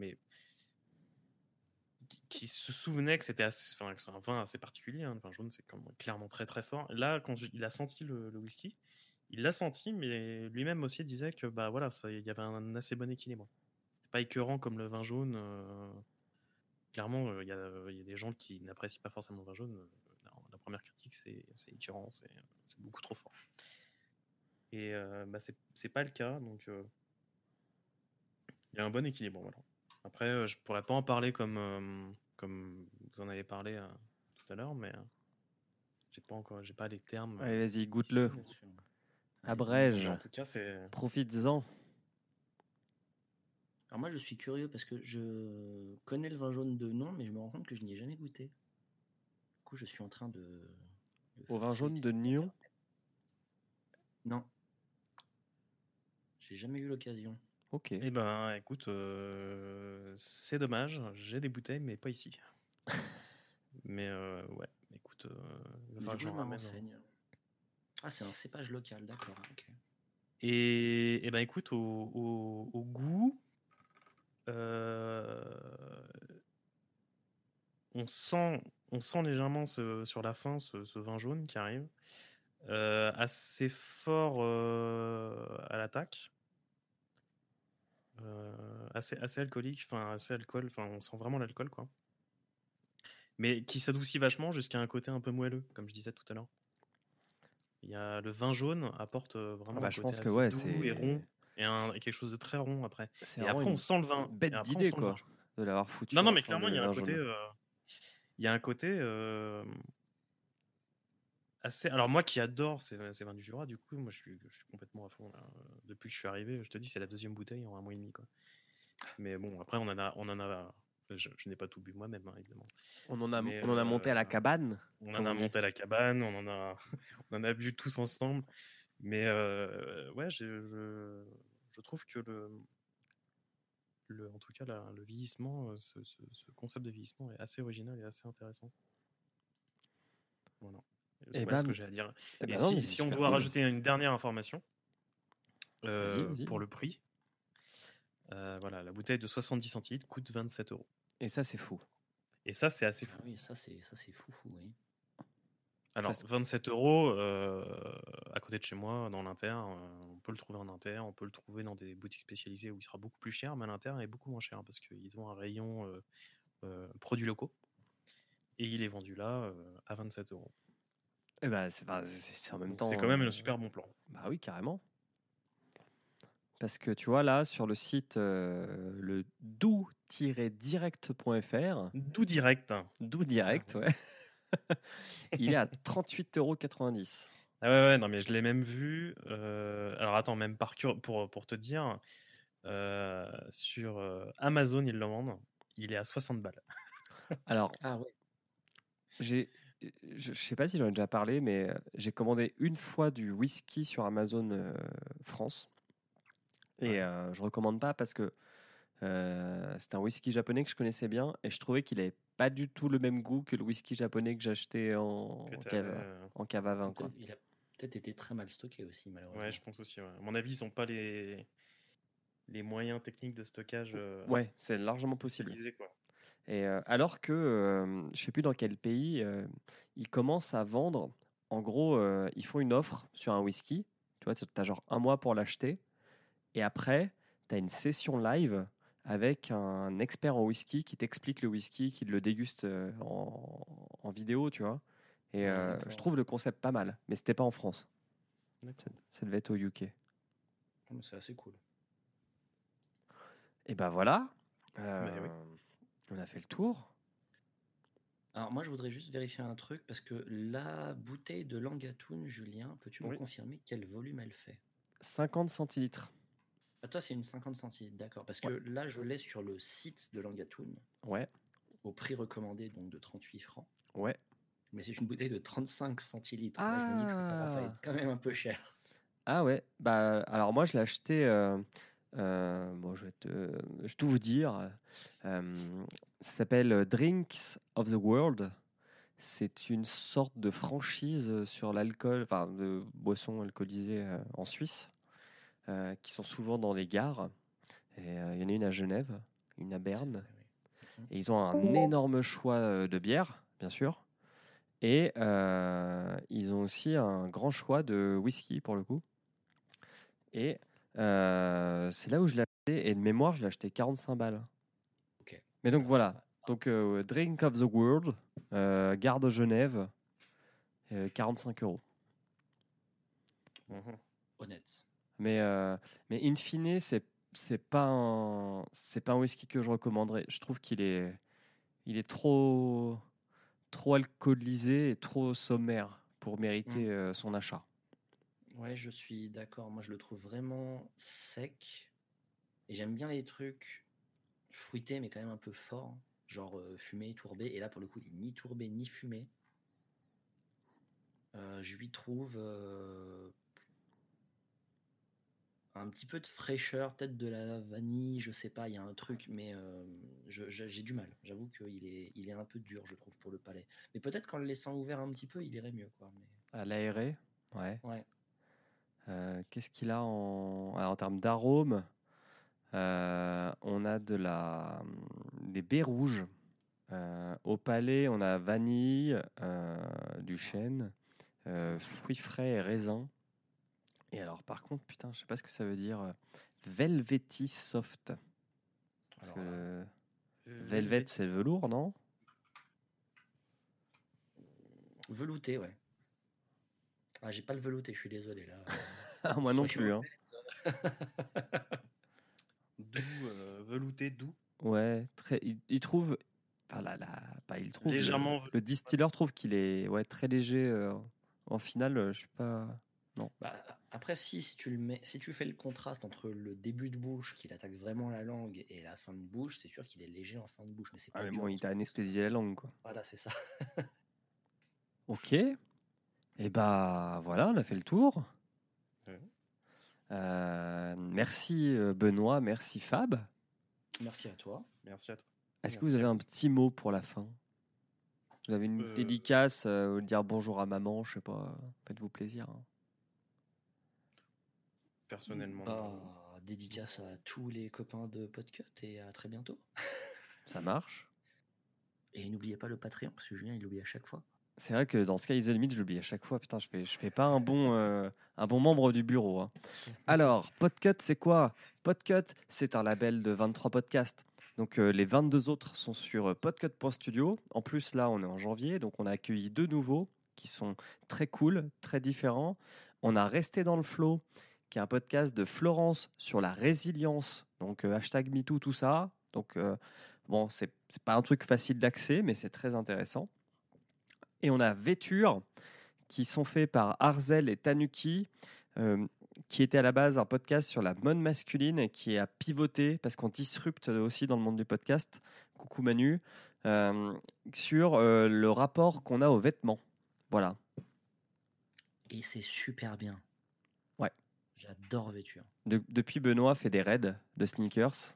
qui se souvenait que c'est un vin assez particulier. Hein. Le vin jaune, c'est clairement très très fort. Là, quand il a senti le whisky, il l'a senti, mais lui-même aussi disait que bah voilà, il y avait un assez bon équilibre. C'était pas écœurant comme le vin jaune. Clairement, il y a des gens qui n'apprécient pas forcément le vin jaune. La première critique, c'est écœurant, c'est beaucoup trop fort. Et bah, c'est pas le cas, donc il y a un bon équilibre. Voilà. Après, je pourrais pas en parler comme vous en avez parlé tout à l'heure, mais j'ai pas les termes. Allez, vas-y, goûte-le. Bien sûr. Abrège. En tout cas, Profites-en. Alors moi je suis curieux parce que je connais le vin jaune de nom, mais je me rends compte que je n'y ai jamais goûté. Du coup je suis en train de Au vin jaune de Nyon? Non. J'ai jamais eu l'occasion. Ok. Eh ben, écoute, c'est dommage. J'ai des bouteilles, mais pas ici. Mais ouais, écoute, il va falloir que Du coup, j'en je me ramène. renseigne. Ah, c'est un cépage local, d'accord. Ok. Et ben, écoute, au goût, on sent légèrement sur la fin ce vin jaune qui arrive, assez fort à l'attaque. Assez alcoolique, assez alcool, on sent vraiment l'alcool quoi. Mais qui s'adoucit vachement jusqu'à un côté un peu moelleux, comme je disais tout à l'heure. Il y a le vin jaune apporte vraiment un je côté pense que assez ouais, doux et rond, et quelque chose de très rond après. C'est Et vraiment après on une sent le vin. bête Et après, on d'idée sent le vin quoi, jaune. de l'avoir foutu. Non, en mais fin clairement de il y a un vin côté, jaune. assez. Alors moi qui adore ces vins du Jura, du coup moi je suis complètement à fond là. Depuis que je suis arrivé, je te dis c'est la deuxième bouteille en un mois et demi quoi. Mais bon après on en a. Je n'ai pas tout bu moi-même, hein, évidemment. On en a monté à la cabane. On en a monté à la cabane, on en a bu tous ensemble. Mais ouais, je trouve que en tout cas, le vieillissement, ce concept de vieillissement est assez original et assez intéressant. Voilà. Voilà ce que j'ai à dire. Et non, mais c'est si on super doit cool. rajouter une dernière information Vas-y. pour le prix, voilà, la bouteille de 70 centilitres coûte 27 €. Et ça, c'est fou. Et ça, c'est assez fou. Ah oui, ça c'est fou, oui. Alors, Parce que- 27 euros à côté de chez moi, dans l'Inter, on peut le trouver en Inter, on peut le trouver dans des boutiques spécialisées où il sera beaucoup plus cher, mais à l'Inter, il est beaucoup moins cher parce qu'ils ont un rayon produits locaux et il est vendu là à 27 euros. Eh ben, c'est en même Donc, temps. c'est quand même un super bon plan. Bah oui, carrément. Parce que tu vois, là, sur le site le doux-direct.fr, D'où direct. doux direct, ouais, il est à 38,90 €. Ah ouais, non, mais je l'ai même vu. Alors attends, même pour te dire, sur Amazon, ils le vendent. Il est à 60 balles. Alors, Ah ouais. je sais pas si j'en ai déjà parlé, mais j'ai commandé une fois du whisky sur Amazon France. Et je recommande pas parce que c'est un whisky japonais que je connaissais bien et je trouvais qu'il avait pas du tout le même goût que le whisky japonais que j'achetais en cave à vin, quoi. Il a peut-être été très mal stocké aussi, malheureusement. Ouais, je pense aussi. Ouais. À mon avis, ils n'ont pas les moyens techniques de stockage Ouais, c'est largement possible. spécialisés, quoi. Et alors que je sais plus dans quel pays ils commencent à vendre. En gros, ils font une offre sur un whisky. Tu vois, tu as genre un mois pour l'acheter. Et après, tu as une session live avec un expert en whisky qui t'explique le whisky, qui le déguste en vidéo, tu vois. Et d'accord. je trouve le concept pas mal, mais c'était pas en France. D'accord. Ça devait être au UK. Oh, mais c'est assez cool. Et ben voilà. Oui. On a fait le tour. Alors moi, je voudrais juste vérifier un truc parce que la bouteille de Langatoun, Julien, peux-tu me Oui. confirmer quel volume elle fait? 50 centilitres. Ah, toi, c'est une 50 centilitres, d'accord. Parce que là, je l'ai sur le site de Langatoun, Ouais, au prix recommandé donc de 38 francs. ouais. Mais c'est une bouteille de 35 centilitres. Là, je me dis que ça commence à être quand même un peu cher. Ah ouais, bah alors moi je l'ai acheté. Bon, je vais tout vous dire. Ça s'appelle Drinks of the World. C'est une sorte de franchise sur l'alcool, enfin de boissons alcoolisées en Suisse, qui sont souvent dans les gares. Et il y en a une à Genève, une à Berne. Et ils ont un énorme choix de bières, bien sûr. Et ils ont aussi un grand choix de whisky pour le coup. Et c'est là où je l'ai acheté. Et de mémoire, je l'ai acheté 45 balles. Ok. Mais donc voilà. Donc Drink of the World, gare de Genève, 45 €. Mhm. Honnête. Mais in fine, c'est pas un whisky que je recommanderais. Je trouve qu'il est trop alcoolisé et trop sommaire pour mériter son achat. Ouais, je suis d'accord. Moi, je le trouve vraiment sec. Et j'aime bien les trucs fruités, mais quand même un peu forts. Genre fumé, tourbé. Et là, pour le coup, il est ni tourbé, ni fumé. Je lui trouve un petit peu de fraîcheur, peut-être de la vanille, je sais pas, il y a un truc, mais j'ai du mal. J'avoue qu'il est un peu dur, je trouve, pour le palais. Mais peut-être qu'en le laissant ouvert un petit peu, il irait mieux, quoi. Mais... À l'aéré, ouais. Ouais. Qu'est-ce qu'il a en termes d'arôme? On a des baies rouges. Au palais, on a vanille, du chêne, fruits frais et raisins. Et alors, par contre, putain, je sais pas ce que ça veut dire. Velvety soft. Parce Alors que velvet, c'est le velours, non? Velouté, ouais. Ah, j'ai pas le velouté, je suis désolé là. Moi non plus. Hein. Doux, velouté, doux. Ouais, il trouve. Enfin, il trouve. Légèrement. Le distilleur trouve qu'il est très léger. En finale, je suis pas. Non. Bah, après, si tu fais le contraste entre le début de bouche, qu'il attaque vraiment la langue, et la fin de bouche, c'est sûr qu'il est léger en fin de bouche. Mais c'est pas mais dur, bon, il t'a anesthésié la langue, quoi. Voilà, c'est ça. Ok. Et bah voilà, on a fait le tour. Merci Benoît, merci Fab. Merci à toi. Merci à toi. Est-ce que vous avez un petit mot pour la fin? Vous avez une dédicace, dire bonjour à maman, je sais pas, faites-vous plaisir. Hein. Personnellement. Dédicace à tous les copains de Podcut et à très bientôt. Ça marche. Et n'oubliez pas le Patreon, parce que Julien il l'oublie à chaque fois. C'est vrai que dans Sky is the Limit, je l'oublie à chaque fois. Putain, je fais pas un bon membre du bureau. Hein. Alors, Podcut, c'est quoi? Podcut, c'est un label de 23 podcasts. Donc, les 22 autres sont sur podcut.studio. En plus, là, on est en janvier. Donc, on a accueilli 2 nouveaux qui sont très cool, très différents. On a Resté dans le flow, qui est un podcast de Florence sur la résilience. Donc, hashtag MeToo, tout ça. Donc, bon, c'est pas un truc facile d'accès, mais c'est très intéressant. Et on a Vêture, qui sont faits par Arzel et Tanuki, qui était à la base un podcast sur la mode masculine et qui a pivoté, parce qu'on disrupte aussi dans le monde du podcast, coucou Manu, sur le rapport qu'on a aux vêtements. Voilà. Et c'est super bien. Ouais. J'adore Vêture. Depuis, Benoît fait des raids de sneakers.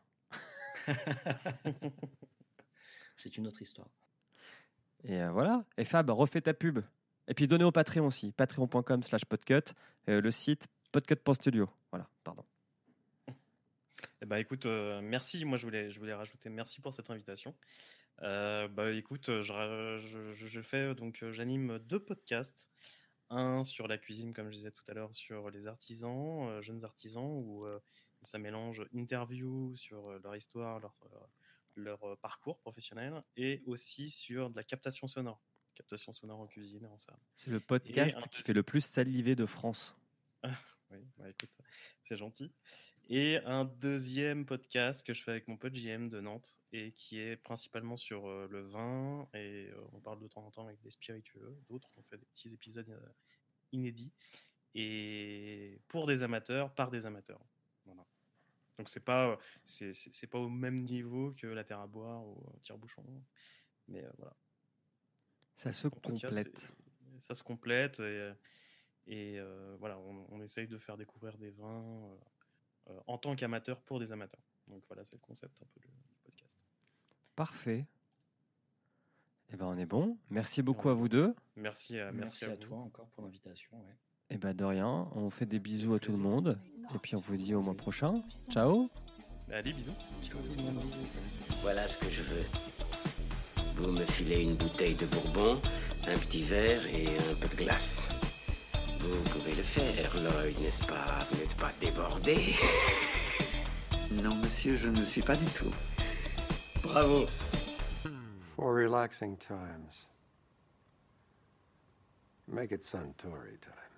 C'est une autre histoire. Et voilà. Et Fab, refais ta pub. Et puis donnez au Patreon aussi. Patreon.com/podcut. Le site podcut.studio. Voilà, pardon. Eh ben, écoute, merci. Moi, je voulais rajouter merci pour cette invitation. Écoute, je fais donc j'anime 2 podcasts. Un sur la cuisine, comme je disais tout à l'heure, sur les artisans, jeunes artisans, où ça mélange interviews sur leur histoire, leur parcours professionnel, et aussi sur de la captation sonore en cuisine et en salle. C'est le podcast qui fait le plus saliver de France. Oui, écoute, c'est gentil. Et un deuxième podcast que je fais avec mon pote JM de Nantes, et qui est principalement sur le vin, et on parle de temps en temps avec des spiritueux, d'autres on fait des petits épisodes inédits, et pour des amateurs, par des amateurs. Voilà. Donc c'est pas au même niveau que la terre à boire ou tire-bouchon, mais voilà. Ça se complète. Ça se complète, et voilà, on essaye de faire découvrir des vins en tant qu'amateur pour des amateurs. Donc voilà, c'est le concept un peu du podcast. Parfait. Eh ben on est bon. Merci beaucoup à vous deux. Merci à toi encore pour l'invitation. Ouais. Eh ben de rien. On fait des bisous à tout le monde. Et puis on vous dit au mois prochain. Ciao. Allez, bisous. Ciao tout le monde, bisous. Voilà ce que je veux. Vous me filez une bouteille de bourbon, un petit verre et un peu de glace. Vous pouvez le faire, Lloyd, n'est-ce pas? Vous n'êtes pas débordé? Non, monsieur, je ne suis pas du tout. Bravo. For relaxing times, make it Suntory time.